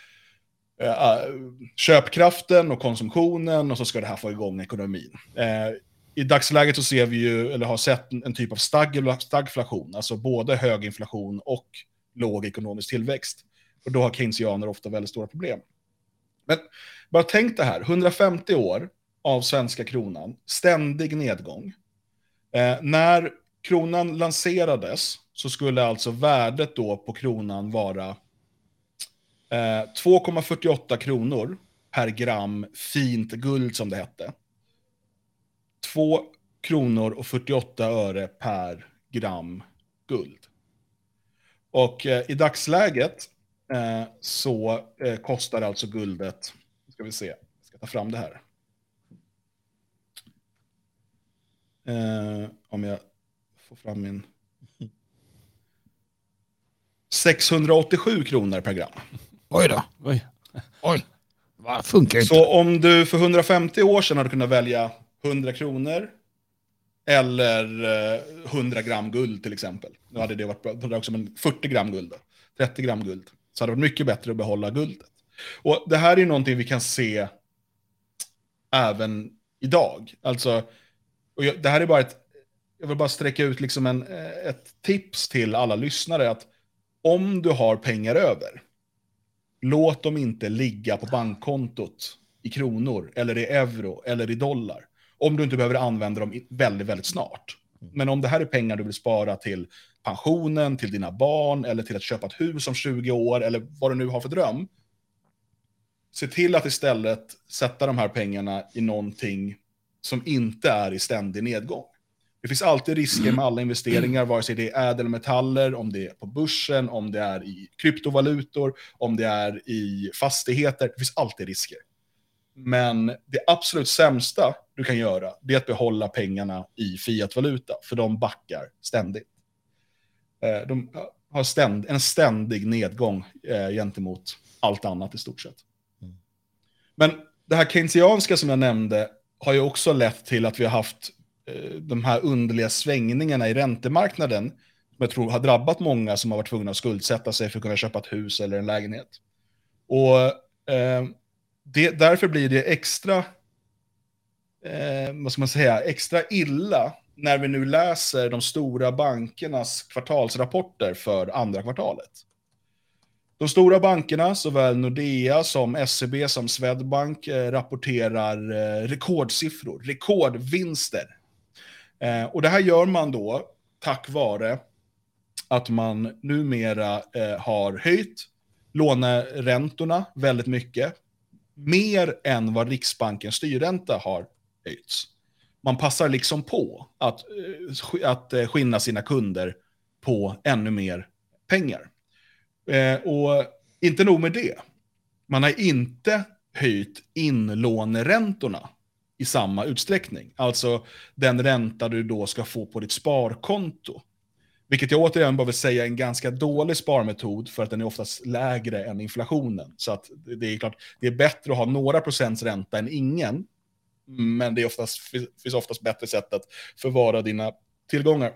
köpkraften och konsumtionen, och så ska det här få igång ekonomin. I dagsläget så ser vi ju, eller har sett en typ av stagflation, alltså både hög inflation och låg ekonomisk tillväxt. Och då har keynesianer ofta väldigt stora problem. Men bara tänk det här, 150 år av svenska kronan, ständig nedgång. När kronan lanserades så skulle alltså värdet då på kronan vara 2,48 kronor per gram fint guld som det hette. 2 kronor och 48 öre per gram guld. Och i dagsläget så kostar alltså guldet, ska vi se, jag ska ta fram det här. Om jag får fram min 687 kronor per gram. Oj då. Oj. Vad funkar inte? Så om du för 150 år sedan hade kunnat välja 100 kronor eller 100 gram guld till exempel. Nu hade det varit bra. Det också med 40 gram guld då. 30 gram guld. Så hade det varit mycket bättre att behålla guldet. Och det här är ju någonting vi kan se även idag. Alltså, och det här är bara jag vill bara sträcka ut liksom ett tips till alla lyssnare att om du har pengar över, låt dem inte ligga på bankkontot i kronor eller i euro eller i dollar. Om du inte behöver använda dem väldigt, väldigt snart. Men om det här är pengar du vill spara till pensionen, till dina barn eller till att köpa ett hus om 20 år eller vad du nu har för dröm. Se till att istället sätta de här pengarna i någonting som inte är i ständig nedgång. Det finns alltid risker med alla investeringar, vare sig det är ädelmetaller, om det är på börsen, om det är i kryptovalutor, om det är i fastigheter. Det finns alltid risker. Men det absolut sämsta du kan göra, det är att behålla pengarna i fiatvaluta, för de backar ständigt. De har en ständig nedgång gentemot allt annat i stort sett. Men det här keynesianska som jag nämnde har ju också lett till att vi har haft de här underliga svängningarna i räntemarknaden som jag tror har drabbat många som har varit tvungna att skuldsätta sig för att kunna köpa ett hus eller en lägenhet. Och därför blir det extra vad ska man säga, extra illa när vi nu läser de stora bankernas kvartalsrapporter för andra kvartalet. De stora bankerna, såväl Nordea som SEB som Swedbank, rapporterar rekordsiffror, rekordvinster. Och det här gör man då tack vare att man numera har höjt låneräntorna väldigt mycket. Mer än vad Riksbankens styrränta har höjts. Man passar liksom på att skinna sina kunder på ännu mer pengar. Och inte nog med det. Man har inte höjt inlåneräntorna i samma utsträckning. Alltså den ränta du då ska få på ditt sparkonto. Vilket jag återigen bara vill säga är en ganska dålig sparmetod för att den är oftast lägre än inflationen. Så att det är klart, det är bättre att ha några procents ränta än ingen. Men det finns oftast bättre sätt att förvara dina tillgångar.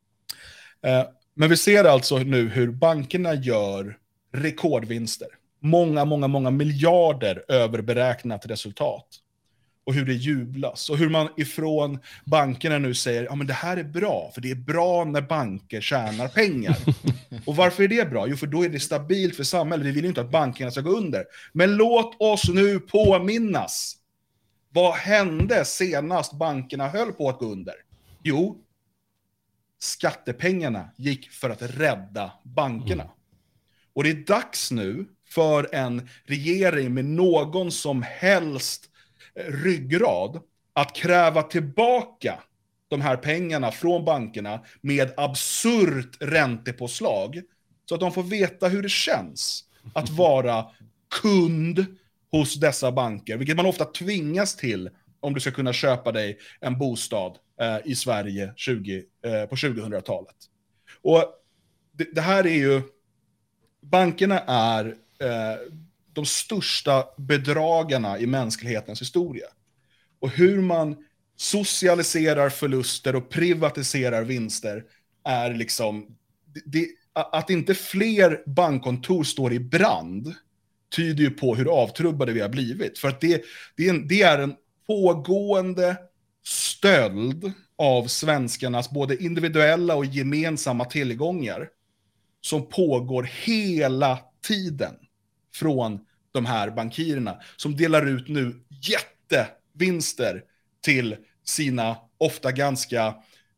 Men vi ser alltså nu hur bankerna gör rekordvinster. Många miljarder över beräknat resultat. Och hur det jublas. Och hur man ifrån bankerna nu säger, ja men det här är bra. För det är bra när banker tjänar pengar. Och varför är det bra? Jo, för då är det stabilt för samhället. Vi vill ju inte att bankerna ska gå under. Men låt oss nu påminnas. Vad hände senast bankerna höll på att gå under? Jo, skattepengarna gick för att rädda bankerna. Och det är dags nu för en regering med någon som helst ryggrad att kräva tillbaka de här pengarna från bankerna med absurt räntepåslag så att de får veta hur det känns att vara kund hos dessa banker, vilket man ofta tvingas till om du ska kunna köpa dig en bostad i Sverige på 2000-talet. Och det här är ju, bankerna är de största bedragarna i mänsklighetens historia. Och hur man socialiserar förluster och privatiserar vinster är liksom, att inte fler bankkontor står i brand tyder ju på hur avtrubbade vi har blivit. För att det är en pågående stöld av svenskarnas både individuella och gemensamma tillgångar som pågår hela tiden från de här bankirerna som delar ut nu jättevinster till sina ofta ganska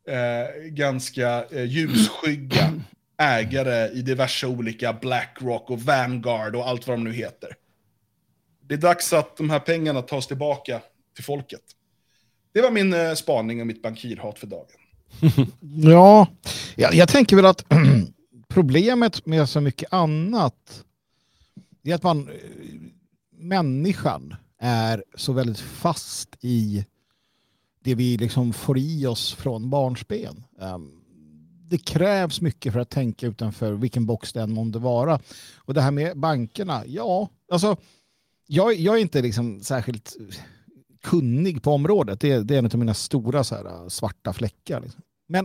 ljusskygga ägare i diverse olika BlackRock och Vanguard och allt vad de nu heter. Det är dags att de här pengarna tas tillbaka till folket. Det var min spaning och mitt bankirhat för dagen. Ja, jag tänker väl att problemet med så mycket annat är att människan är så väldigt fast i det vi liksom får i oss från barnsben. Det krävs mycket för att tänka utanför vilken box det än måste vara. Och det här med bankerna, ja, alltså jag är inte liksom särskilt kunnig på området. Det är en av mina stora så här, svarta fläckar. Liksom. Men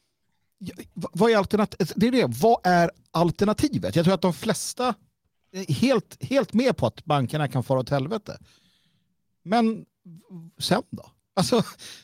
vad är vad är alternativet? Jag tror att de flesta är helt med på att bankerna kan fara åt helvete. Men sen då? Alltså,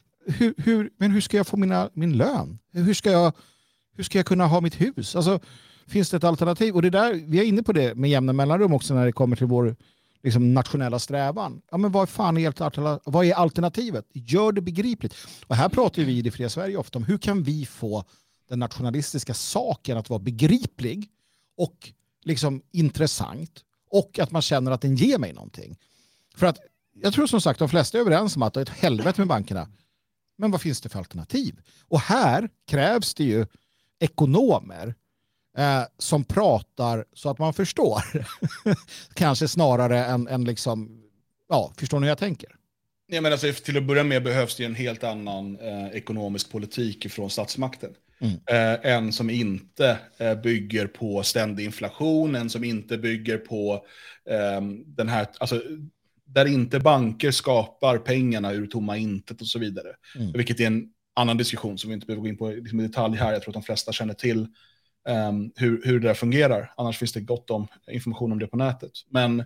hur ska jag få min lön? Hur ska jag kunna ha mitt hus? Alltså, finns det ett alternativ? Och det där, vi är inne på det med jämna mellanrum också när det kommer till vår liksom, nationella strävan. Ja, men vad är alternativet? Gör det begripligt. Och här pratar vi i Det fria Sverige ofta om hur kan vi få den nationalistiska saken att vara begriplig och liksom intressant och att man känner att den ger mig någonting. För att jag tror som sagt de flesta är överens om att det är ett helvete med bankerna. Men vad finns det för alternativ? Och här krävs det ju ekonomer som pratar så att man förstår. Kanske snarare än liksom, ja, förstår ni hur jag tänker? Ja, men alltså, till att börja med behövs det en helt annan ekonomisk politik från statsmakten. En som inte bygger på ständig inflation, en som inte bygger på den här, alltså, där inte banker skapar pengarna ur tomma intet och så vidare. Vilket är en annan diskussion som vi inte behöver gå in på liksom i detalj här. Jag tror att de flesta känner till hur det där fungerar. Annars finns det gott om information om det på nätet. Men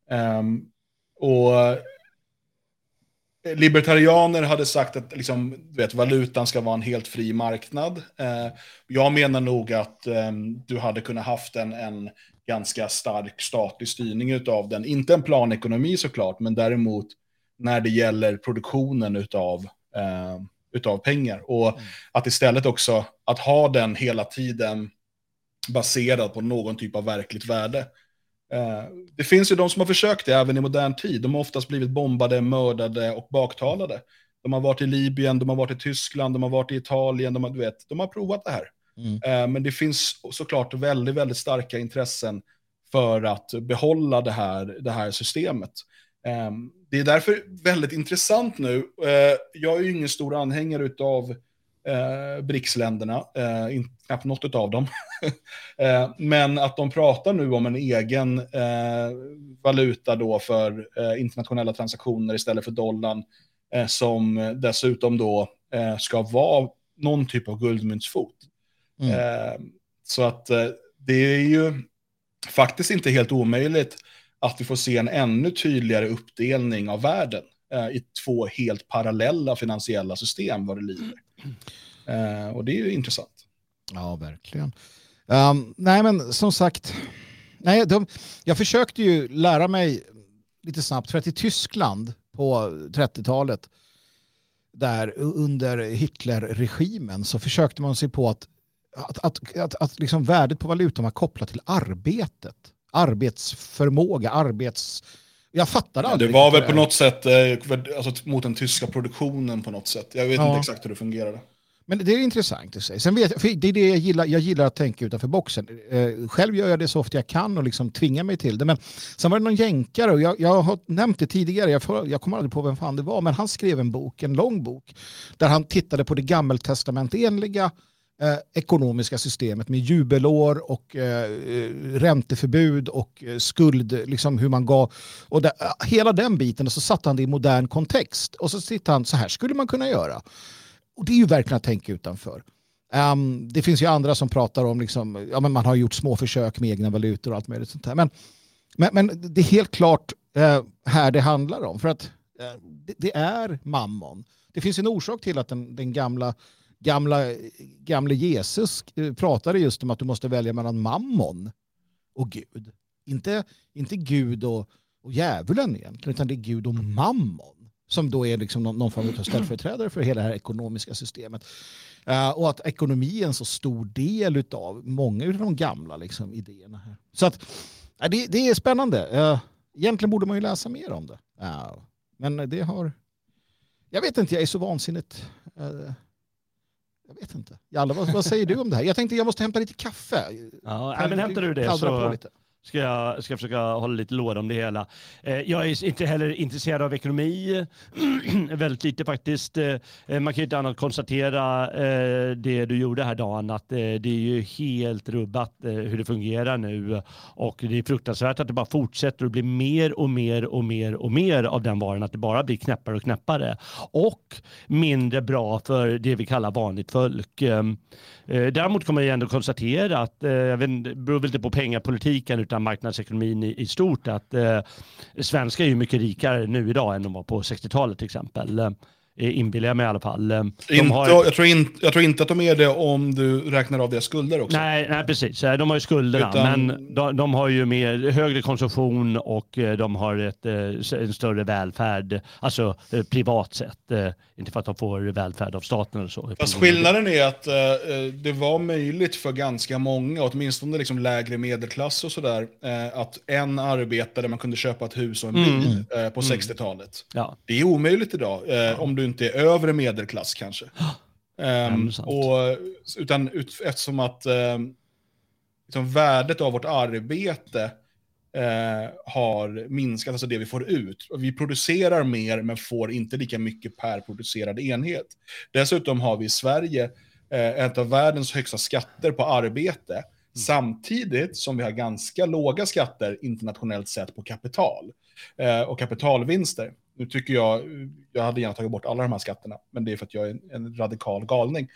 libertarianer hade sagt att liksom, valutan ska vara en helt fri marknad. Jag menar nog att du hade kunnat haft en ganska stark statlig styrning utav den. Inte en planekonomi såklart, men däremot när det gäller produktionen utav pengar. Och att istället också att ha den hela tiden baserad på någon typ av verkligt värde. Det finns ju de som har försökt det även i modern tid. De har oftast blivit bombade, mördade och baktalade. De har varit i Libyen, de har varit i Tyskland, de har varit i Italien, de har provat det här. Men det finns såklart väldigt, väldigt starka intressen för att behålla det här systemet. Det är därför väldigt intressant nu. Jag är ju ingen stor anhängare utav BRICS-länderna, knappt något av dem. Men att de pratar nu om en egen valuta då för internationella transaktioner istället för dollarn, som dessutom då ska vara någon typ av guldmyntsfot. Så att det är ju faktiskt inte helt omöjligt att vi får se en ännu tydligare uppdelning av världen i två helt parallella finansiella system vad det lider. Och det är ju intressant. Ja, verkligen. Nej, men som sagt, jag försökte ju lära mig lite snabbt, för att i Tyskland på 30-talet, där under Hitlerregimen, så försökte man se på att liksom värdet på valutan var kopplat till arbetet. Arbetsförmåga, jag fattar aldrig. Det var väl på något sätt alltså, mot den tyska produktionen på något sätt. Jag vet inte exakt hur det fungerade. Men det är intressant att säga. Sen det är det jag gillar att tänka utanför boxen. Själv gör jag det så ofta jag kan och liksom tvingar mig till det. Men sen var det någon jänkare, och jag har nämnt det tidigare, jag kommer aldrig på vem fan det var, men han skrev en lång bok, där han tittade på det gammeltestamentenliga ekonomiska systemet med jubelår och ränteförbud och skuld, liksom hur man gav, och hela den biten, och så satte han det i modern kontext, och så sitter han, så här skulle man kunna göra. Och det är ju verkligen att tänka utanför. Det finns ju andra som pratar om liksom, men man har gjort små försök med egna valutor och allt möjligt sånt här. Men det är helt klart här det handlar om. För att det är mammon. Det finns en orsak till att den gamla Jesus pratade just om att du måste välja mellan mammon och Gud. Inte Gud och djävulen egentligen, utan det är Gud och mammon, som då är liksom någon form av ställföreträdare för hela det här ekonomiska systemet. Och att ekonomi är en så stor del av många av de gamla liksom, idéerna här. Så att det är spännande. Egentligen borde man ju läsa mer om det. Men det har... Jag vet inte, jag är så vansinnigt... Jag vet inte. Jalla, vad säger du om det här? Jag tänkte jag måste hämta lite kaffe. Ja, men hämtar du det så... Ska jag försöka hålla lite låda om det hela. Jag är inte heller intresserad av ekonomi. Väldigt lite faktiskt. Man kan ju inte annat konstatera det du gjorde här, Dan, att det är ju helt rubbat hur det fungerar nu. Och det är fruktansvärt att det bara fortsätter att bli mer och mer och mer och mer av den varan. Att det bara blir knäppare och knäppare. Och mindre bra för det vi kallar vanligt folk. Däremot kommer jag ändå konstatera att, jag vet inte, det beror väl inte på pengapolitiken utan marknadsekonomin i stort, att svenskar är ju mycket rikare nu idag än de var på 60-talet till exempel. Inbillar jag mig i alla fall. Jag tror inte att de är det om du räknar av deras skulder också. Nej, precis. De har ju skulderna, men de har ju mer högre konsumtion och de har en större välfärd, alltså privat sett. Inte för att de får välfärd av staten eller så. Fast skillnaden är att det var möjligt för ganska många, åtminstone liksom lägre medelklass och sådär, att en arbetare, man kunde köpa ett hus och en bil på 60-talet. Ja. Det är omöjligt idag, om du inte är övre medelklass kanske. Eftersom att liksom värdet av vårt arbete har minskat, alltså det vi får ut. Vi producerar mer men får inte lika mycket per producerad enhet. Dessutom har vi i Sverige ett av världens högsta skatter på arbete, samtidigt som vi har ganska låga skatter internationellt sett på kapital och kapitalvinster. Nu tycker jag hade gärna tagit bort alla de här skatterna, men det är för att jag är en radikal galning.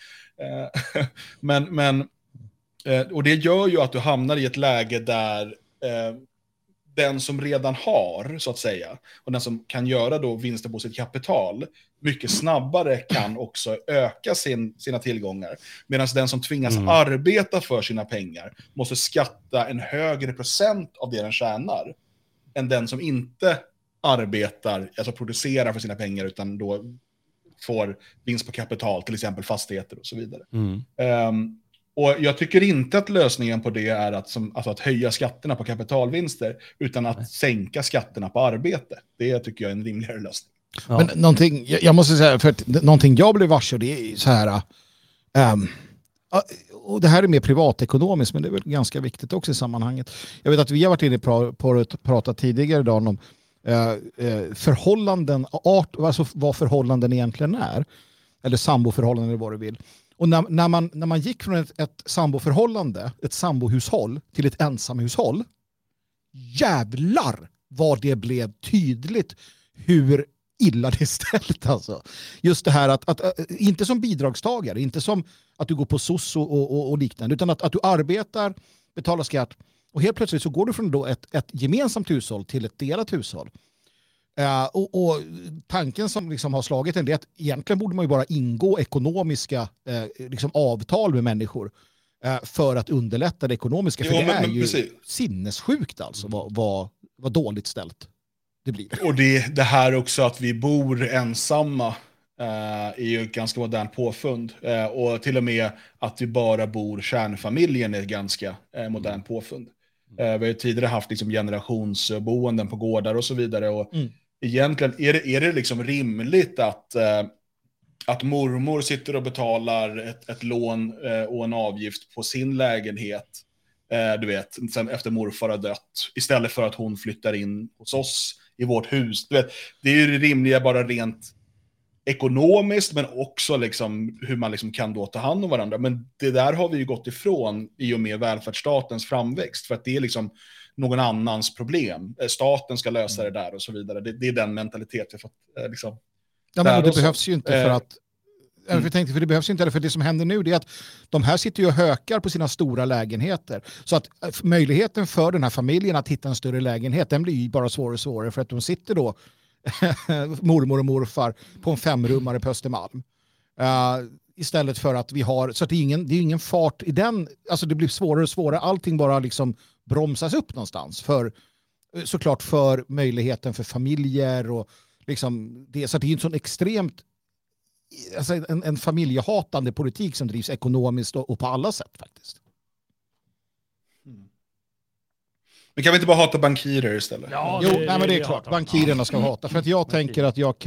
Och det gör ju att du hamnar i ett läge där den som redan har, så att säga, och den som kan göra då vinster på sitt kapital mycket snabbare kan också öka sina tillgångar. Medan den som tvingas arbeta för sina pengar måste skatta en högre procent av det den tjänar än den som inte arbetar, alltså producerar för sina pengar, utan då får vinst på kapital, till exempel fastigheter och så vidare. Och jag tycker inte att lösningen på det är att höja skatterna på kapitalvinster, utan att sänka skatterna på arbete. Det tycker jag är en rimligare lösning. Ja. Men någonting, jag måste säga, för att någonting jag blev varse, det är så här, och det här är mer privatekonomiskt, men det är väl ganska viktigt också i sammanhanget. Jag vet att vi har varit inne på att prata tidigare idag om förhållanden, alltså vad förhållanden egentligen är. Eller samboförhållanden eller vad du vill. Och när man gick från ett samboförhållande, ett sambohushåll till ett ensamhushåll, jävlar vad det blev tydligt hur illa det är ställt. Alltså. Just det här att inte som bidragstagare, inte som att du går på SOS och liknande, utan att du arbetar, betalar skatt och helt plötsligt så går du från då ett gemensamt hushåll till ett delat hushåll. Och tanken som liksom har slagit en är att egentligen borde man ju bara ingå ekonomiska liksom avtal med människor för att underlätta det ekonomiska. För det är ju sinnessjukt alltså vad dåligt ställt det blir. Och det här också att vi bor ensamma är ju ett ganska modernt påfund. Och till och med att vi bara bor kärnfamiljen är ett ganska modernt påfund. Vi har ju tidigare haft liksom generationsboenden på gårdar och så vidare. Och egentligen är det liksom rimligt att mormor sitter och betalar ett lån och en avgift på sin lägenhet, du vet, sen efter morfar har dött, istället för att hon flyttar in hos oss i vårt hus. Du vet, det är ju det rimliga bara rent ekonomiskt, men också liksom hur man liksom kan då ta hand om varandra. Men det där har vi ju gått ifrån i och med välfärdsstatens framväxt, för att det är liksom någon annans problem. Staten ska lösa det där och så vidare. Det är den mentalitet jag fått liksom. Ja, men det behövs ju inte för att för det behövs inte, för det som händer nu är att de här sitter ju och hökar på sina stora lägenheter. Så att möjligheten för den här familjen att hitta en större lägenhet, den blir ju bara svårare och svårare, för att de sitter då mormor och morfar på en 5-rummare på Östermalm. Istället för att vi har, så att det är ingen fart i den, alltså det blir svårare och svårare, allting bara liksom bromsas upp någonstans såklart för möjligheten för familjer och liksom det, så att det är en sån extremt, alltså en familjehatande politik som drivs ekonomiskt och på alla sätt faktiskt. Men kan vi inte bara hata bankirer istället? Ja, men det är klart. Bankirerna ska hata. För att jag tänker att jag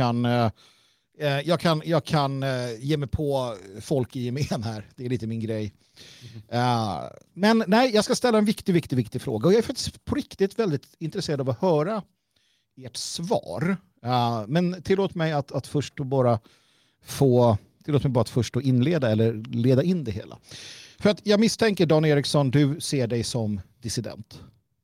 kan ge mig på folk i gemen här. Det är lite min grej. Men nej, jag ska ställa en viktig fråga. Och jag är faktiskt på riktigt väldigt intresserad av att höra ert svar. Men tillåt mig att först då bara först inleda eller leda in det hela. För att jag misstänker, Dan Eriksson, du ser dig som dissident.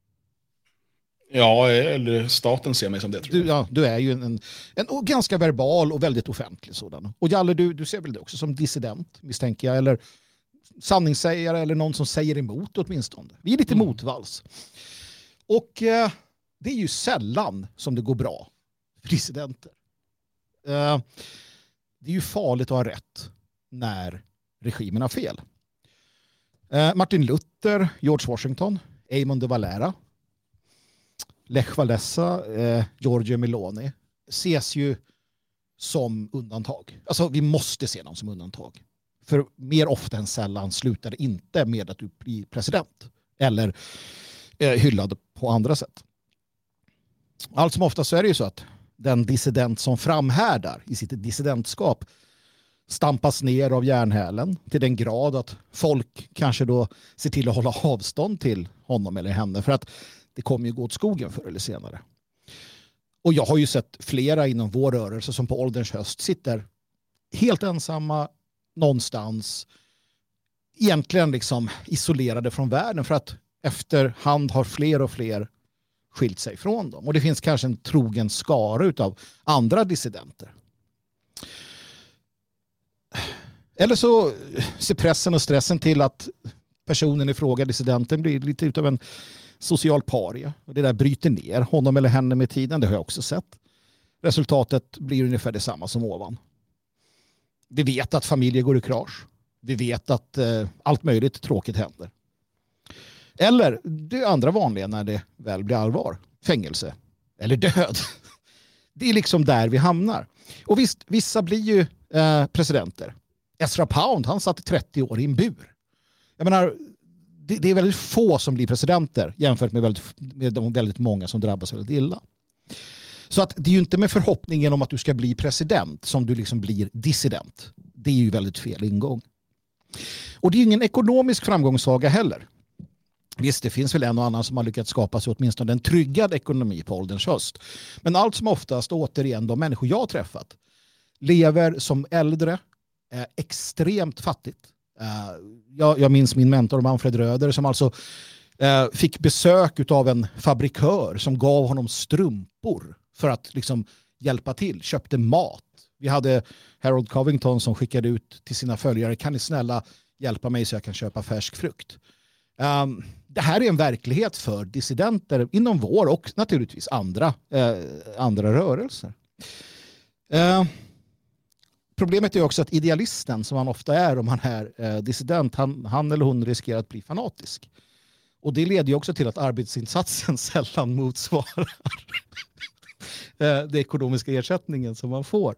Ja, eller staten ser mig som det, tror jag. Du är ju en ganska verbal och väldigt offentlig sådan. Och Jalle, du ser väl det också som dissident, misstänker jag, eller sanningssägare eller någon som säger emot åtminstone. Vi är lite motvalls. Och det är ju sällan som det går bra för dissidenter. Det är ju farligt att ha rätt när regimen har fel. Martin Luther, George Washington, Eamon de Valera, Lech Walesa, Giorgio Meloni ses ju som undantag. Alltså vi måste se dem som undantag. För mer ofta än sällan slutar det inte med att du blir president eller hyllad på andra sätt. Allt som ofta så är det ju så att den dissident som framhärdar i sitt dissidentskap stampas ner av järnhälen till den grad att folk kanske då ser till att hålla avstånd till honom eller henne, för att det kommer ju gå åt skogen förr eller senare. Och jag har ju sett flera inom vår rörelse som på ålderns höst sitter helt ensamma någonstans, egentligen liksom isolerade från världen, för att efterhand har fler och fler skilt sig från dem. Och det finns kanske en trogen skara utav andra dissidenter. Eller så ser pressen och stressen till att personen i fråga, dissidenten, blir lite utav en social paria. Och det där bryter ner honom eller henne med tiden. Det har jag också sett. Resultatet blir ungefär detsamma som ovan. Vi vet att familjer går i krasch. Vi vet att allt möjligt tråkigt händer. Eller det andra vanliga när det väl blir allvar. Fängelse. Eller död. Det är liksom där vi hamnar. Och visst, vissa blir ju presidenter. Ezra Pound, han satt i 30 år i en bur. Jag menar, det är väldigt få som blir presidenter jämfört med de väldigt många som drabbas väldigt illa. Så att det är ju inte med förhoppningen om att du ska bli president som du liksom blir dissident. Det är ju väldigt fel ingång. Och det är ingen ekonomisk framgångssaga heller. Visst, det finns väl en och annan som har lyckats skapa sig åtminstone en tryggad ekonomi på ålderns höst. Men allt som oftast, återigen, de människor jag har träffat lever som äldre extremt fattigt. Jag minns min mentor Manfred Röder som alltså fick besök av en fabrikör som gav honom strumpor för att liksom hjälpa till, köpte mat. Vi hade Harold Covington som skickade ut till sina följare, kan ni snälla hjälpa mig så jag kan köpa färsk frukt. Det här är en verklighet för dissidenter inom vår och naturligtvis andra rörelser. Problemet är också att idealisten som man ofta är om man är dissident, han eller hon riskerar att bli fanatisk. Och det leder ju också till att arbetsinsatsen sällan motsvarar den ekonomiska ersättningen som man får.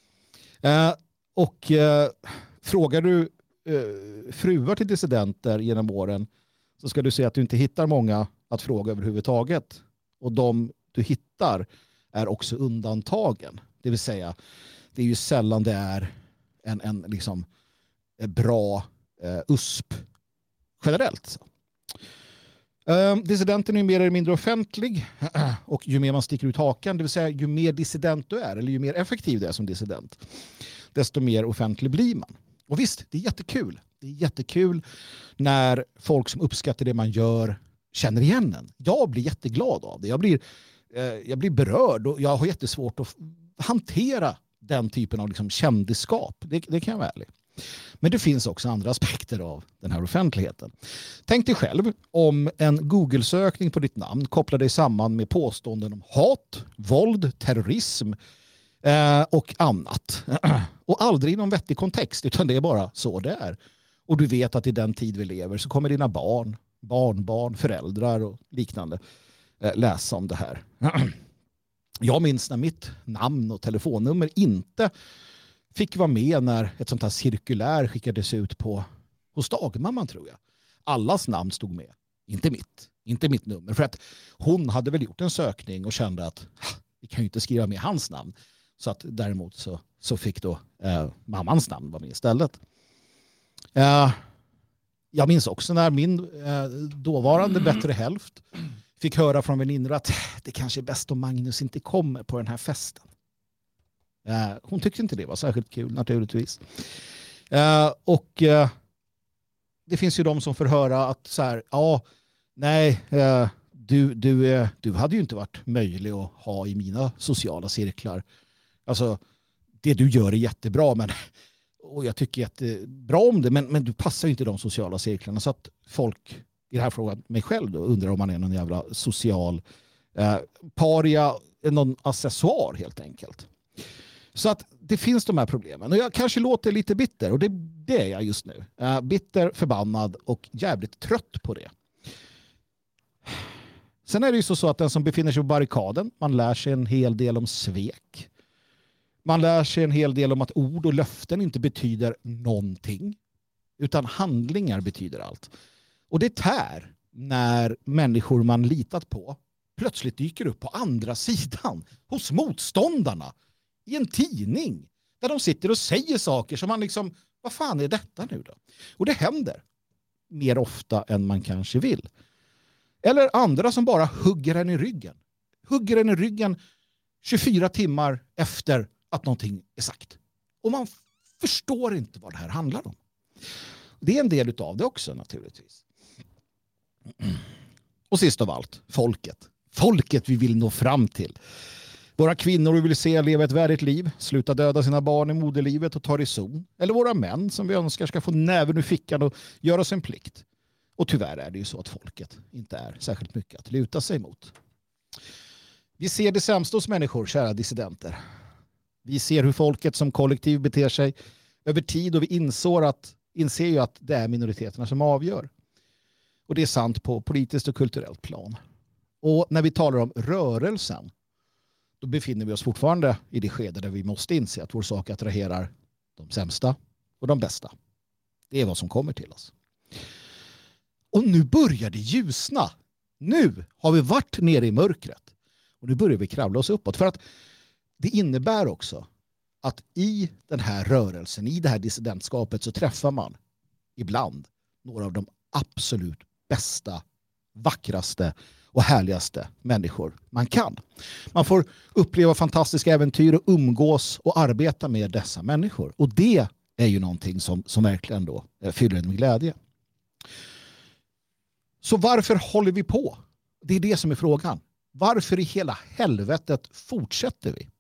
Frågar du fruar till dissidenter genom åren så ska du se att du inte hittar många att fråga överhuvudtaget. Och de du hittar är också undantagen. Det vill säga, det är ju sällan det är en liksom bra USP generellt. Dissidenten är mer eller mindre offentlig och ju mer man sticker ut hakan, det vill säga ju mer dissident du är eller ju mer effektiv du är som dissident, desto mer offentlig blir man. Och visst, det är jättekul. Det är jättekul när folk som uppskattar det man gör känner igen en. Jag blir jätteglad av det. Jag blir berörd och jag har jättesvårt att hantera den typen av liksom kändisskap. Det kan jag vara ärlig. Men det finns också andra aspekter av den här offentligheten. Tänk dig själv om en Google-sökning på ditt namn kopplar dig samman med påståenden om hat, våld, terrorism och annat. Och aldrig i någon vettig kontext, utan det är bara så det är. Och du vet att i den tid vi lever så kommer dina barn, barnbarn, föräldrar och liknande läsa om det här. Jag minns när mitt namn och telefonnummer inte fick vara med när ett sånt här cirkulär skickades ut hos dagmamman, tror jag. Allas namn stod med. Inte mitt nummer. För att hon hade väl gjort en sökning och kände att vi kan ju inte skriva med hans namn. Så att däremot så fick då mammans namn vara med istället. Jag minns också när min dåvarande bättre hälft fick höra från väninnor att det kanske är bäst om Magnus inte kommer på den här festen. Hon tyckte inte det var särskilt kul naturligtvis. Det finns ju de som får höra att så här, du hade ju inte varit möjlig att ha i mina sociala cirklar. Alltså, det du gör är jättebra och jag tycker jättebra om det, men du passar ju inte de sociala cirklarna, så att folk i det här frågan, mig själv då, undrar om man är någon jävla social paria, någon accessoar helt enkelt. Så att det finns de här problemen. Och jag kanske låter lite bitter, och det är jag just nu. Bitter, förbannad och jävligt trött på det. Sen är det ju så att den som befinner sig på barrikaden, man lär sig en hel del om svek. Man lär sig en hel del om att ord och löften inte betyder någonting, utan handlingar betyder allt. Och det tär när människor man litat på plötsligt dyker upp på andra sidan, hos motståndarna, i en tidning, där de sitter och säger saker som man liksom, vad fan är detta nu då? Och det händer mer ofta än man kanske vill. Eller andra som bara hugger en i ryggen. Hugger en i ryggen 24 timmar efter att någonting är sagt. Och man förstår inte vad det här handlar om. Det är en del av det också naturligtvis. Och sist av allt, folket. Folket vi vill nå fram till. Våra kvinnor vi vill se leva ett värdigt liv, sluta döda sina barn i moderlivet och ta reson. Eller våra män som vi önskar ska få näven ur fickan och göra sin plikt. Och tyvärr är det ju så att folket inte är särskilt mycket att luta sig mot. Vi ser det sämsta hos människor, kära dissidenter. Vi ser hur folket som kollektiv beter sig över tid, och vi inser ju att det är minoriteterna som avgör. Och det är sant på politiskt och kulturellt plan. Och när vi talar om rörelsen, då befinner vi oss fortfarande i det skede där vi måste inse att vår sak attraherar de sämsta och de bästa. Det är vad som kommer till oss. Och nu börjar det ljusna. Nu har vi varit nere i mörkret. Och nu börjar vi kravla oss uppåt. För att det innebär också att i den här rörelsen, i det här dissidentskapet, så träffar man ibland några av de absolut bästa, vackraste och härligaste människor man kan. Man får uppleva fantastiska äventyr och umgås och arbeta med dessa människor. Och det är ju någonting som verkligen då fyller en med glädje. Så varför håller vi på? Det är det som är frågan. Varför i hela helvetet fortsätter vi?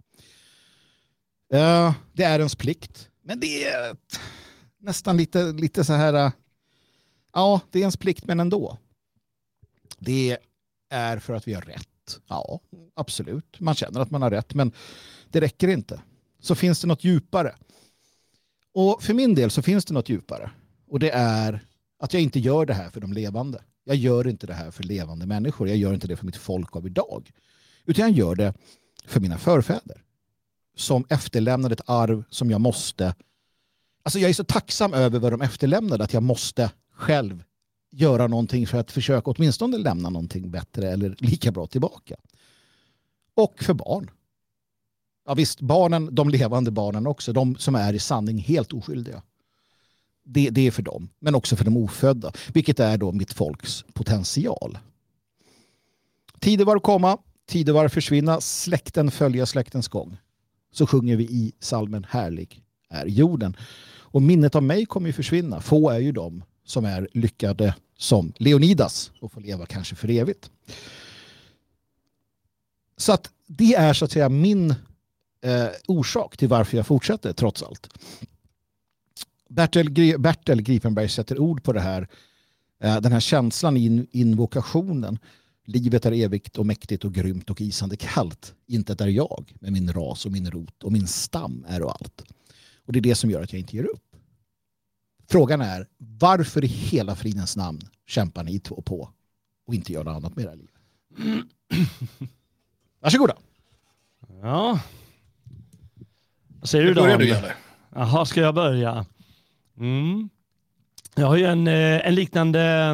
Det är ens plikt. Men det är nästan lite så här... Ja, det är ens plikt, men ändå. Det är för att vi har rätt. Ja, absolut. Man känner att man har rätt, men det räcker inte. Så finns det något djupare. Och för min del så finns det något djupare. Och det är att jag inte gör det här för de levande. Jag gör inte det här för levande människor. Jag gör inte det för mitt folk av idag. Utan jag gör det för mina förfäder. Som efterlämnade ett arv som jag måste... Alltså jag är så tacksam över vad de efterlämnade att jag måste själv göra någonting för att försöka åtminstone lämna någonting bättre eller lika bra tillbaka. Och för barn. Ja visst, barnen, de levande barnen också. De som är i sanning helt oskyldiga. Det är för dem. Men också för de ofödda. Vilket är då mitt folks potential. Tider var komma. Tider var försvinna. Släkten följa släktens gång. Så sjunger vi i salmen Härlig är jorden. Och minnet av mig kommer ju försvinna. Få är ju de som är lyckade som Leonidas och får leva kanske för evigt. Så att det är så att säga min orsak till varför jag fortsätter trots allt. Bertel Gripenberg sätter ord på det här. Den här känslan i invokationen. Livet är evigt och mäktigt och grymt och isande kallt. Inte är jag med min ras och min rot och min stam är och allt. Och det är det som gör att jag inte ger upp. Frågan är, varför i hela fridens namn kämpar ni två på och inte gör något annat med era liv? Varsågoda. Ja. Vad säger du då? Börjar du göra? Jaha, ska jag börja? Jag har ju en liknande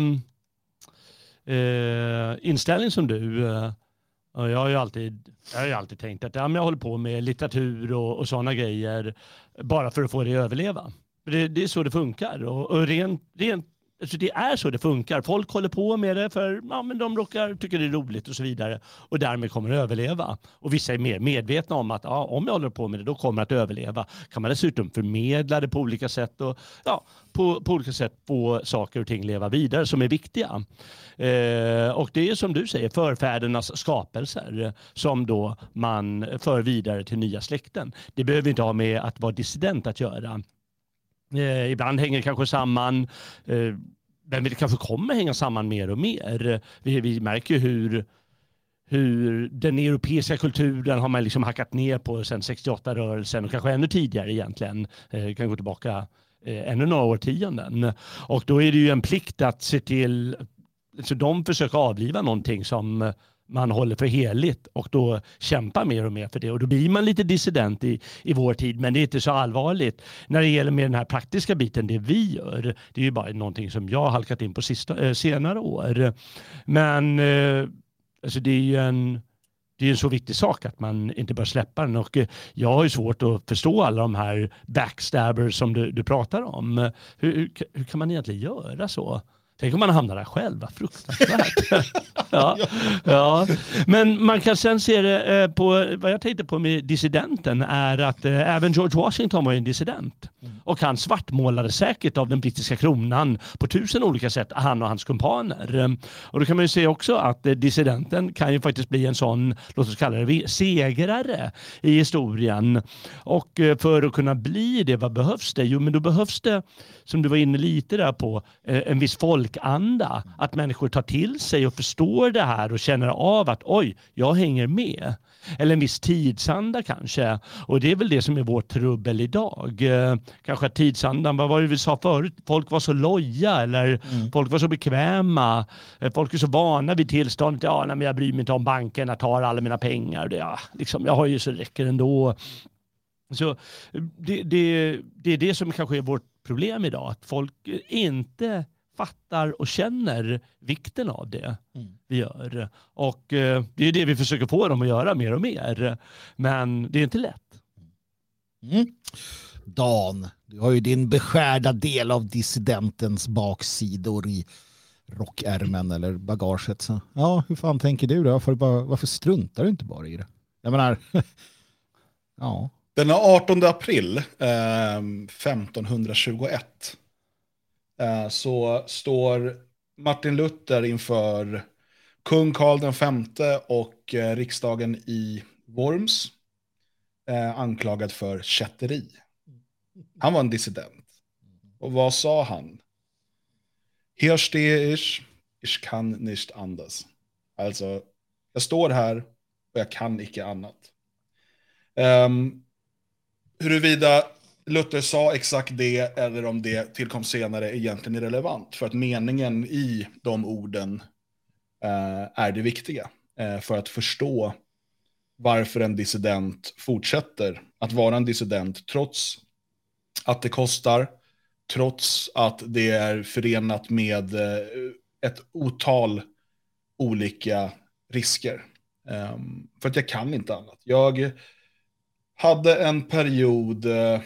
inställning som du. Jag har ju alltid tänkt att jag håller på med litteratur och sådana grejer bara för att få det att överleva. Det är så det funkar. Och rent, alltså det är så det funkar. Folk håller på med det för men de tycker det är roligt och så vidare. Och därmed kommer det överleva. Och vissa är mer medvetna om att om jag håller på med det, då kommer det att överleva. Kan man dessutom förmedla det på olika sätt och på olika sätt få saker och ting leva vidare som är viktiga. Och det är som du säger, förfädernas skapelser som då man för vidare till nya släkten. Det behöver inte ha med att vara dissident att göra. Ibland hänger det kanske samman, men det kanske kommer hänga samman mer och mer. Vi märker hur den europeiska kulturen har man liksom hackat ner på sedan 68-rörelsen och kanske ännu tidigare egentligen. Kan gå tillbaka ännu några årtionden. Och då är det ju en plikt att se till, så de försöker avliva någonting som man håller för heligt och då kämpar mer och mer för det. Och då blir man lite dissident i vår tid, men det är inte så allvarligt. När det gäller med den här praktiska biten, det vi gör, det är ju bara någonting som jag har halkat in på senare år. Men alltså det är ju en så viktig sak att man inte bör släppa den. Och jag har ju svårt att förstå alla de här backstabbers som du pratar om. Hur kan man egentligen göra så? Tänk om man hamnar där själv, vad fruktansvärt. ja. Men man kan sen se det på, vad jag tänkte på med dissidenten är att även George Washington var en dissident. Och han svartmålade säkert av den brittiska kronan på 1000 olika sätt, han och hans kumpaner. Och då kan man ju se också att dissidenten kan ju faktiskt bli en sån, låt oss kalla det segrare i historien. Och för att kunna bli det, vad behövs det? Jo, men då behövs det, som du var inne lite där på, en viss folkanda. Att människor tar till sig och förstår det här och känner av att oj, jag hänger med. Eller en viss tidsanda kanske. Och det är väl det som är vårt trubbel idag. Kanske att tidsandan, vad var det vi sa förut? Folk var så loja eller folk var så bekväma. Folk är så vana vid tillståndet. Men jag bryr mig inte om banken, jag tar alla mina pengar. Jag har ju så räcker ändå. Så det är det som kanske är vårt problem idag. Att folk inte fattar och känner vikten av det vi gör. Och det är det vi försöker få dem att göra mer och mer. Men det är inte lätt. Dan, Du har ju din beskärda del av dissidentens baksidor i rockärmen eller bagaget. Så, ja, hur fan tänker du då? Varför struntar du inte bara i det? Jag menar, ja. Den 18 april 1521 så står Martin Luther inför kung Karl V och riksdagen i Worms anklagad för kätteri. Han var en dissident. Och vad sa han? Hier stehe ich kann nicht anders. Alltså, jag står här och jag kan icke annat. Huruvida Luther sa exakt det eller om det tillkom senare är egentligen irrelevant. För att meningen i de orden är det viktiga. För att förstå varför en dissident fortsätter att vara en dissident trots att det kostar, trots att det är förenat med ett otal olika risker. För att jag kan inte annat. Jag hade en period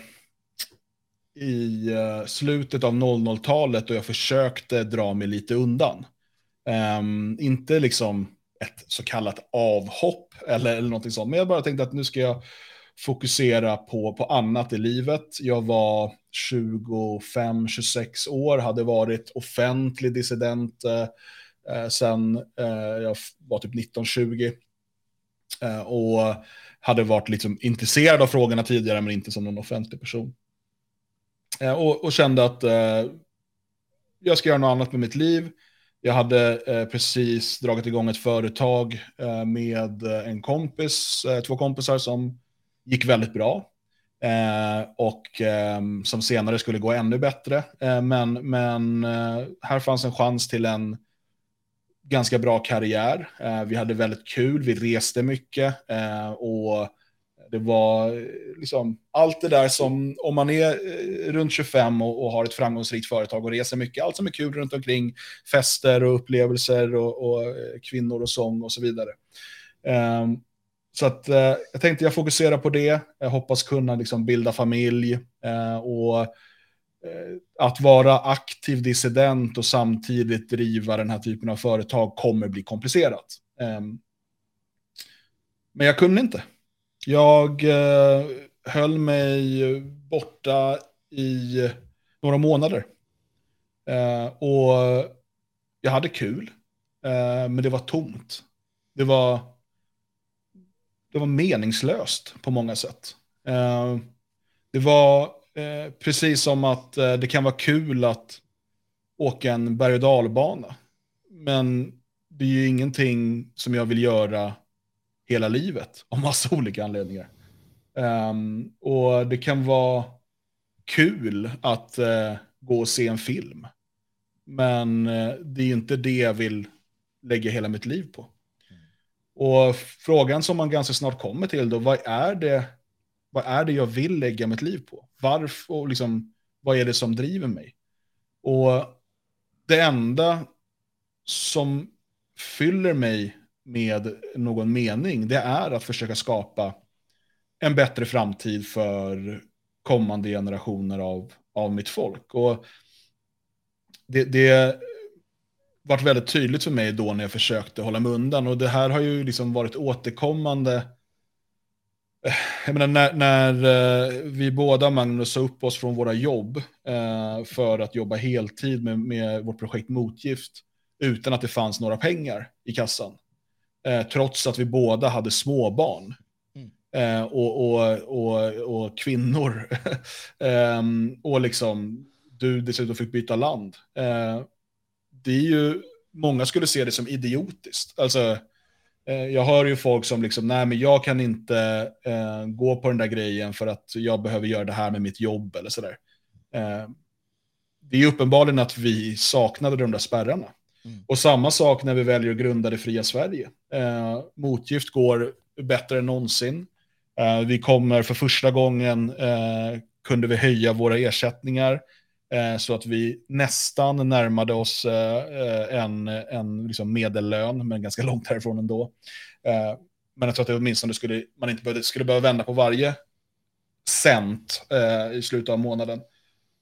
i slutet av 00-talet då jag försökte dra mig lite undan. Inte liksom ett så kallat avhopp eller någonting sånt, men jag bara tänkte att nu ska jag fokusera på annat i livet. Jag var 25-26 år, hade varit offentlig dissident sen jag var typ 19-20 och hade varit liksom intresserad av frågorna tidigare men inte som någon offentlig person. Och kände att jag ska göra något annat med mitt liv. Jag hade precis dragit igång ett företag med en kompis, två kompisar som gick väldigt bra. Och som senare skulle gå ännu bättre. Men här fanns en chans till en ganska bra karriär. Vi hade väldigt kul, vi reste mycket och det var liksom allt det där som om man är runt 25 och har ett framgångsrikt företag och reser mycket, allt som är kul runt omkring, fester och upplevelser och kvinnor och sång och så vidare. Så att jag tänkte jag fokuserar på det. Jag hoppas kunna liksom bilda familj och att vara aktiv dissident och samtidigt driva den här typen av företag kommer bli komplicerat. Men jag kunde inte. Jag höll mig borta i några månader. Och jag hade kul. Men det var tomt. Det var meningslöst på många sätt. Det var precis som att det kan vara kul att åka en berg- och dalbana. Men det är ju ingenting som jag vill göra hela livet av massa olika anledningar. Och det kan vara kul att gå och se en film. Men det är inte det jag vill lägga hela mitt liv på. Och frågan som man ganska snart kommer till då, vad är det jag vill lägga mitt liv på? Varför, och liksom, vad är det som driver mig? Och det enda som fyller mig med någon mening, det är att försöka skapa en bättre framtid för kommande generationer av mitt folk. Och det varit väldigt tydligt för mig då när jag försökte hålla mig undan. Och det här har ju liksom varit återkommande. Jag menar, när vi båda, Magnus, sa upp oss från våra jobb för att jobba heltid med vårt projekt Motgift utan att det fanns några pengar i kassan. Trots att vi båda hade småbarn och kvinnor och liksom du dessutom fick byta land. Det är ju, många skulle se det som idiotiskt. Alltså, jag hör ju folk som liksom, nej men jag kan inte gå på den där grejen för att jag behöver göra det här med mitt jobb eller sådär. Det är ju uppenbarligen att vi saknade de där spärrarna. Och samma sak när vi väljer att grunda det fria Sverige. Motgift går bättre än någonsin. Vi kommer för första gången kunde vi höja våra ersättningar så att vi nästan närmade oss en liksom medellön, men ganska långt härifrån ändå. Men jag tror att det åtminstone man inte skulle behöva vända på varje cent i slutet av månaden.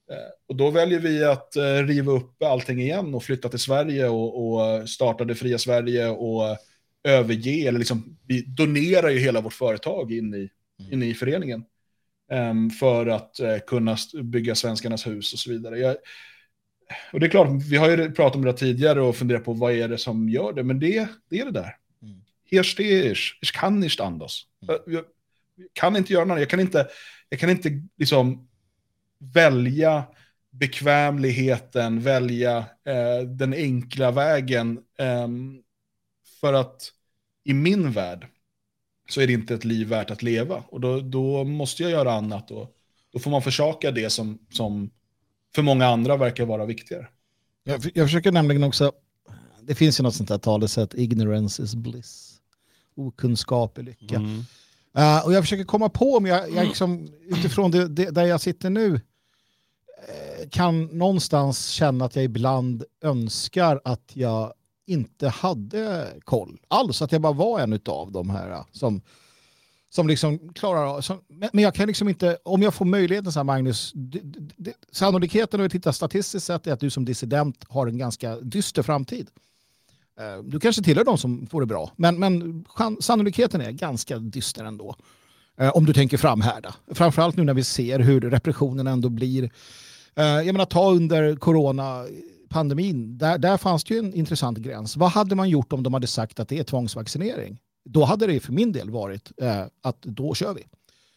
Och då väljer vi att riva upp allting igen och flytta till Sverige och starta det fria Sverige och överge, eller liksom, vi donerar ju hela vårt företag in i föreningen för att kunna bygga svenskarnas hus och så vidare. Och det är klart, vi har ju pratat om det tidigare och funderat på vad är det som gör det, men det är det där. Här stehe ich kan nicht anders. Jag kan inte göra något. Jag kan inte liksom välja bekvämligheten, välja den enkla vägen, för att i min värld så är det inte ett liv värt att leva, och då måste jag göra annat, och då får man försaka det som för många andra verkar vara viktigare. Jag försöker nämligen också, det finns ju något sånt där talesätt, ignorance is bliss, okunskap är lycka. Och jag försöker komma på om jag liksom, utifrån det där jag sitter nu, kan någonstans känna att jag ibland önskar att jag inte hade koll alls, att jag bara var en av de här som liksom klarar av. Men jag kan liksom inte, om jag får möjligheten, så här, Magnus, sannolikheten, om vi tittar statistiskt sett, är att du som dissident har en ganska dyster framtid. Du kanske tillhör de som får det bra, men sannolikheten är ganska dyster ändå. Om du tänker framhärda. Framförallt nu när vi ser hur repressionen ändå blir. Jag menar, ta under coronapandemin. Där fanns det ju en intressant gräns. Vad hade man gjort om de hade sagt att det är tvångsvaccinering? Då hade det för min del varit att då kör vi.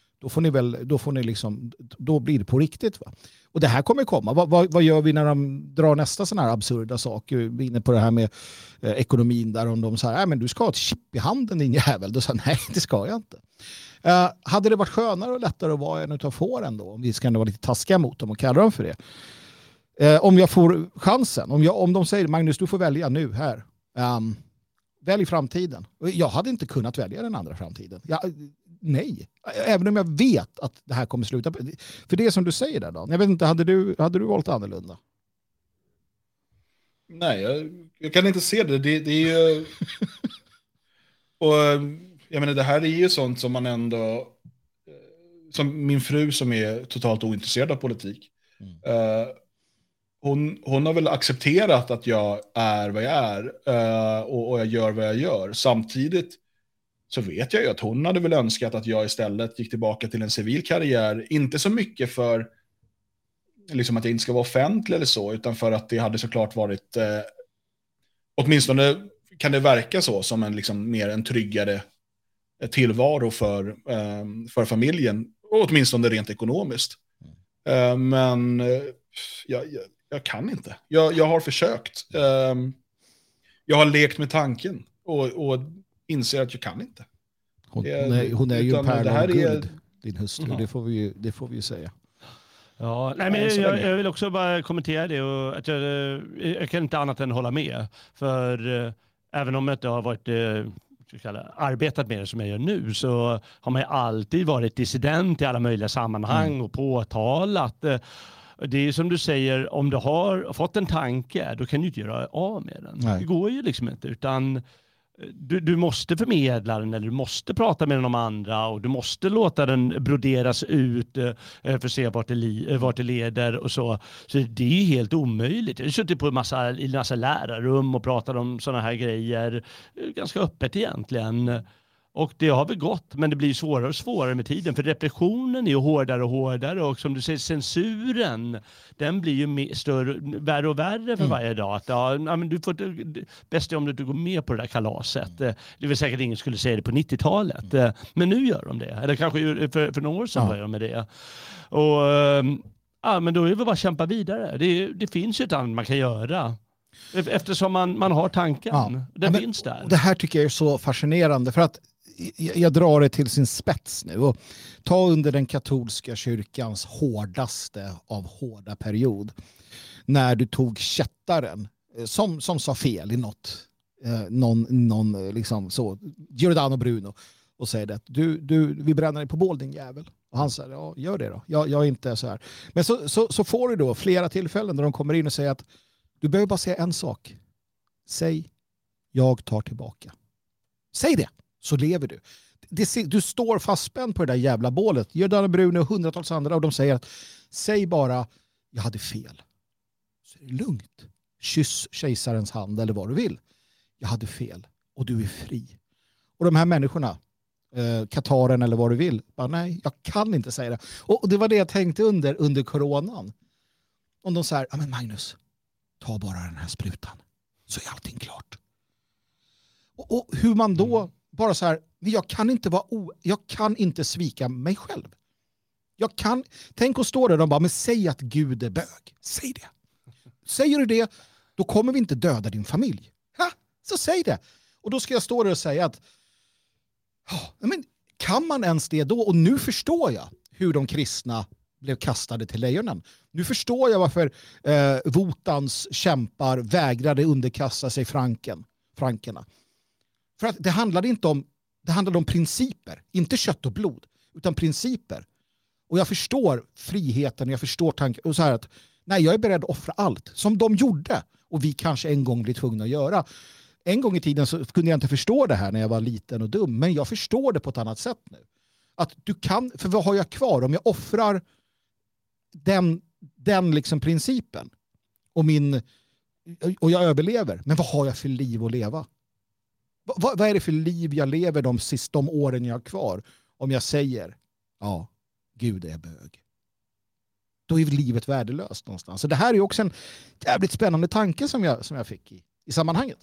Då blir det på riktigt. Va? Och det här kommer komma. Vad gör vi när de drar nästa sån här absurda sak? Vi är inne på det här med ekonomin, där om de säger, men du ska ha ett chip i handen, din jävel. Då sa nej, det ska jag inte. Hade det varit skönare och lättare att vara en utav fåren då? Om vi ska ändå vara lite taskiga mot dem och kalla dem för det. Om jag får chansen, om de säger, Magnus, du får välja nu här. Välj framtiden. Jag hade inte kunnat välja den andra framtiden. Nej. Även om jag vet att det här kommer sluta. För det som du säger där då. Jag vet inte, hade du valt annorlunda? Nej, jag kan inte se det. Det är ju... Och jag menar, det här är ju sånt som man ändå... Som min fru, som är totalt ointresserad av politik. Hon har väl accepterat att jag är vad jag är, och jag gör vad jag gör. Samtidigt så vet jag ju att hon hade väl önskat att jag istället gick tillbaka till en civil karriär. Inte så mycket för liksom att jag inte ska vara offentlig eller så, utan för att det hade såklart varit, åtminstone kan det verka så, som en liksom mer en tryggare tillvaro för familjen, åtminstone rent ekonomiskt. Men jag kan inte. Jag har försökt. Jag har lekt med tanken och inser att jag kan inte. Hon är ju en pärla av guld, din hustru. Det får vi ju säga. Ja, nej, men jag vill också bara kommentera det, och att jag kan inte annat än hålla med. För även om jag inte har varit arbetat med det som jag gör nu, så har man ju alltid varit dissident i alla möjliga sammanhang och påtalat. Det är som du säger, om du har fått en tanke, då kan du inte göra av med den. Nej. Det går ju liksom inte, utan du måste förmedla den, eller du måste prata med den om andra, och du måste låta den broderas ut för att se vart det leder och så. Så det är ju helt omöjligt. Jag har suttit på i en massa lärarrum och pratat om sådana här grejer ganska öppet egentligen. Och det har väl gått, men det blir svårare och svårare med tiden. För repressionen är ju hårdare och hårdare. Och som du säger, censuren, den blir ju värre och värre för varje dag. Att, men du får bäst om du inte går med på det där kalaset. Det är väl säkert ingen skulle säga det på 90-talet. Men nu gör de det. Eller kanske för några år sedan gör de det. Och men då är det bara att kämpa vidare. Det finns ju ett annat man kan göra. Eftersom man har tanken. Den finns där. Det här tycker jag är så fascinerande, för att jag drar det till sin spets nu. Och ta under den katolska kyrkans hårdaste av hårda period. När du tog kättaren som sa fel i någon liksom så, Giordano Bruno, och säger att vi bränner dig på bål, din jävel. Och han säger, ja, gör det då. Jag är inte så här. Men så får du då flera tillfällen där de kommer in och säger att du behöver bara säga en sak. Säg, jag tar tillbaka. Säg det, så lever du. Du står fastspänd på det där jävla bålet. Giordano Bruno och hundratals andra, och de säger att säg bara, jag hade fel. Så är det lugnt. Kyss kejsarens hand eller vad du vill. Jag hade fel och du är fri. Och de här människorna, Kataren eller vad du vill, bara, nej, jag kan inte säga det. Och det var det jag tänkte under coronan. Om de säger, ja men Magnus, ta bara den här sprutan så är allting klart. Och hur man då bara så här, jag kan inte svika mig själv. Tänk att stå där och de bara, men säg att Gud är bög. Säg det. Säger du det, då kommer vi inte döda din familj. Så säg det. Och då ska jag stå där och säga att men kan man ens det då? Och nu förstår jag hur de kristna blev kastade till lejonen. Nu förstår jag varför Wotans kämpar vägrade underkasta sig frankerna. För att det handlade om principer, inte kött och blod, utan principer. Och jag förstår friheten, jag förstår tanken och så här att nej, jag är beredd att offra allt som de gjorde och vi kanske en gång blir tvungna att göra. En gång i tiden så kunde jag inte förstå det här när jag var liten och dum, men jag förstår det på ett annat sätt nu. Att du kan, för vad har jag kvar om jag offrar den liksom principen och jag överlever, men vad har jag för liv att leva? Vad är det för liv jag lever de åren jag har kvar om jag säger ja, Gud är bög? Då är livet värdelöst någonstans. Så det här är också en jävligt spännande tanke som jag fick i sammanhanget.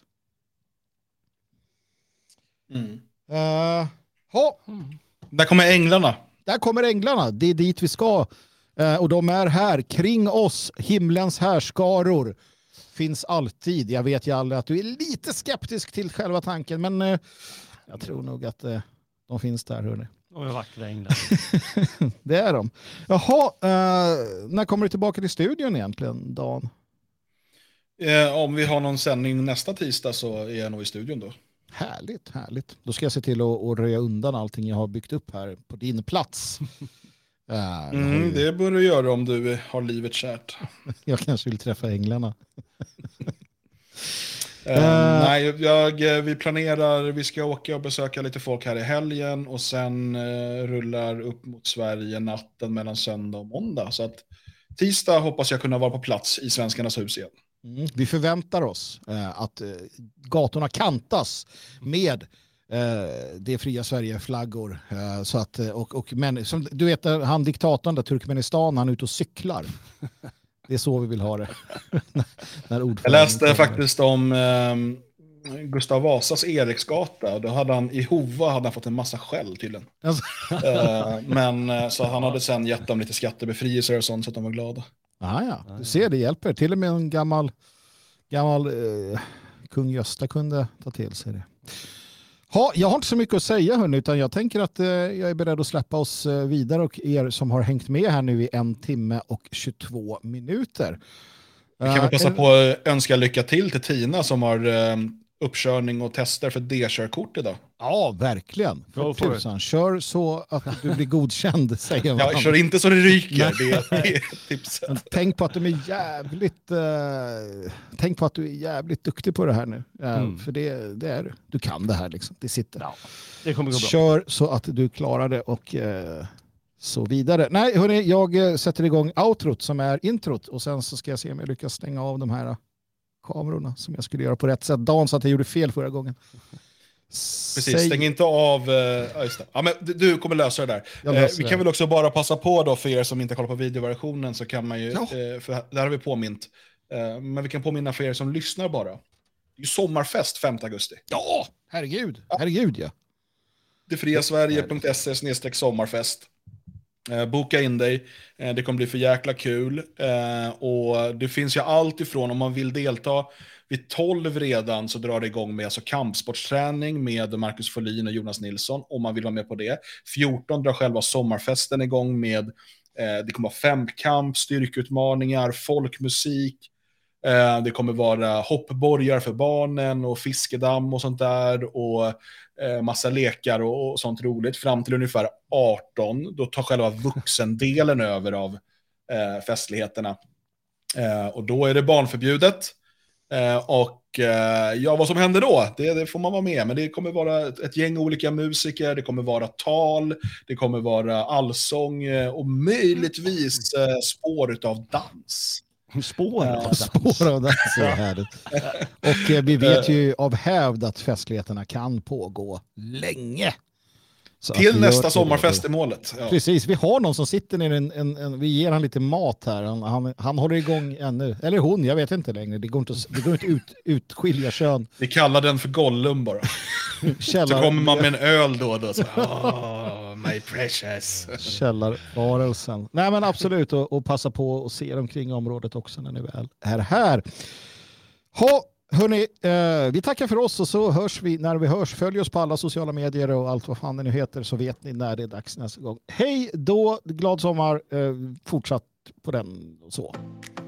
Där kommer änglarna. Där kommer änglarna. Det är dit vi ska. Och de är här kring oss. Himlens härskaror finns alltid. Jag vet ju aldrig att du är lite skeptisk till själva tanken, men jag tror nog att de finns där, hörni. De är vackra änglar. Det är de. Jaha, när kommer du tillbaka till studion egentligen, Dan? Om vi har någon sändning nästa tisdag så är jag nog i studion då. Härligt. Då ska jag se till att röja undan allting jag har byggt upp här på din plats. Det bör du göra om du har livet kärt. Jag kanske vill träffa änglarna. Nej, vi planerar, vi ska åka och besöka lite folk här i helgen och sen rullar upp mot Sverige natten mellan söndag och måndag. Så att tisdag hoppas jag kunna vara på plats i Svenskarnas hus igen. Vi förväntar oss att gatorna kantas med det fria Sverige-flaggor. Så att, men, som, du vet, han diktatorn där, Turkmenistan, han är ute och cyklar. Det är så vi vill ha det. Jag läste faktiskt om Gustav Vasas Eriksgata. Då hade han i Hova fått en massa skäll till den. Men så han hade sen gett dem lite skattebefrielser och sånt så att de var glada. Ja, du ser, det hjälper. Till och med en gammal kung Gösta kunde ta till sig det. Jag har inte så mycket att säga, hörni, utan jag tänker att jag är beredd att släppa oss vidare och er som har hängt med här nu i 1 timme och 22 minuter. Vi kan väl passa på att önska lycka till Tina som har uppkörning och tester för D-körkort idag. Ja, verkligen. Kör så att du blir godkänd, säger man. Ja, kör inte så det ryker, det är tipset. Tänk på att du är jävligt duktig på det här nu. För det är du kan det här liksom. Det sitter. Ja, det kommer gå bra. Kör så att du klarar det och så vidare. Nej, hörni, jag sätter igång outrot som är introt och sen så ska jag se om jag lyckas stänga av de här kamerorna som jag skulle göra på rätt sätt. Dan sa att jag gjorde fel förra gången. Precis, stäng inte av. Just det. Ja, men du kommer lösa det där. Vi kan väl också bara passa på då för er som inte kollar på videoversionen så kan man ju, för där har vi påmint. Men vi kan påminna för er som lyssnar bara. Det är ju sommarfest 5 augusti. Ja, herregud ja. Detfriasverige.se/sommarfest. Boka in dig. Det kommer bli för jäkla kul. Och det finns ju allt ifrån om man vill delta. Vid 12 redan så drar det igång med alltså kampsportsträning med Marcus Folin och Jonas Nilsson om man vill vara med på det. 14 drar själva sommarfesten igång med det kommer vara 5-kamp, styrkeutmaningar, folkmusik. Det kommer vara hoppborgar för barnen och fiskedamm och sånt där och massa lekar och sånt roligt fram till ungefär 18. Då tar själva vuxendelen över av festligheterna. Och då är det barnförbjudet. Och ja, vad som händer då, det får man vara med. Men det kommer vara ett gäng olika musiker, det kommer vara tal, det kommer vara allsång och möjligtvis spår utav dans. Spår av dans. Spår av dans är härligt. Och vi vet ju av hävd att festligheterna kan pågå länge. Så till nästa sommarfest i målet. Ja. Precis, vi har någon som sitter ner vi ger han lite mat här. Han håller igång ännu. Eller hon, jag vet inte längre. Det går inte utskilja kön. Vi kallar den för Gollum bara. Så kommer man med en öl då och då. Så, my precious. Källarvarelsen. Nej men absolut, och passa på att se dem kring området också när ni väl är här. Hörrni, vi tackar för oss och så hörs vi när vi hörs. Följ oss på alla sociala medier och allt vad fan det nu heter, så vet ni när det är dags nästa gång. Hej då, glad sommar, fortsatt på den och så.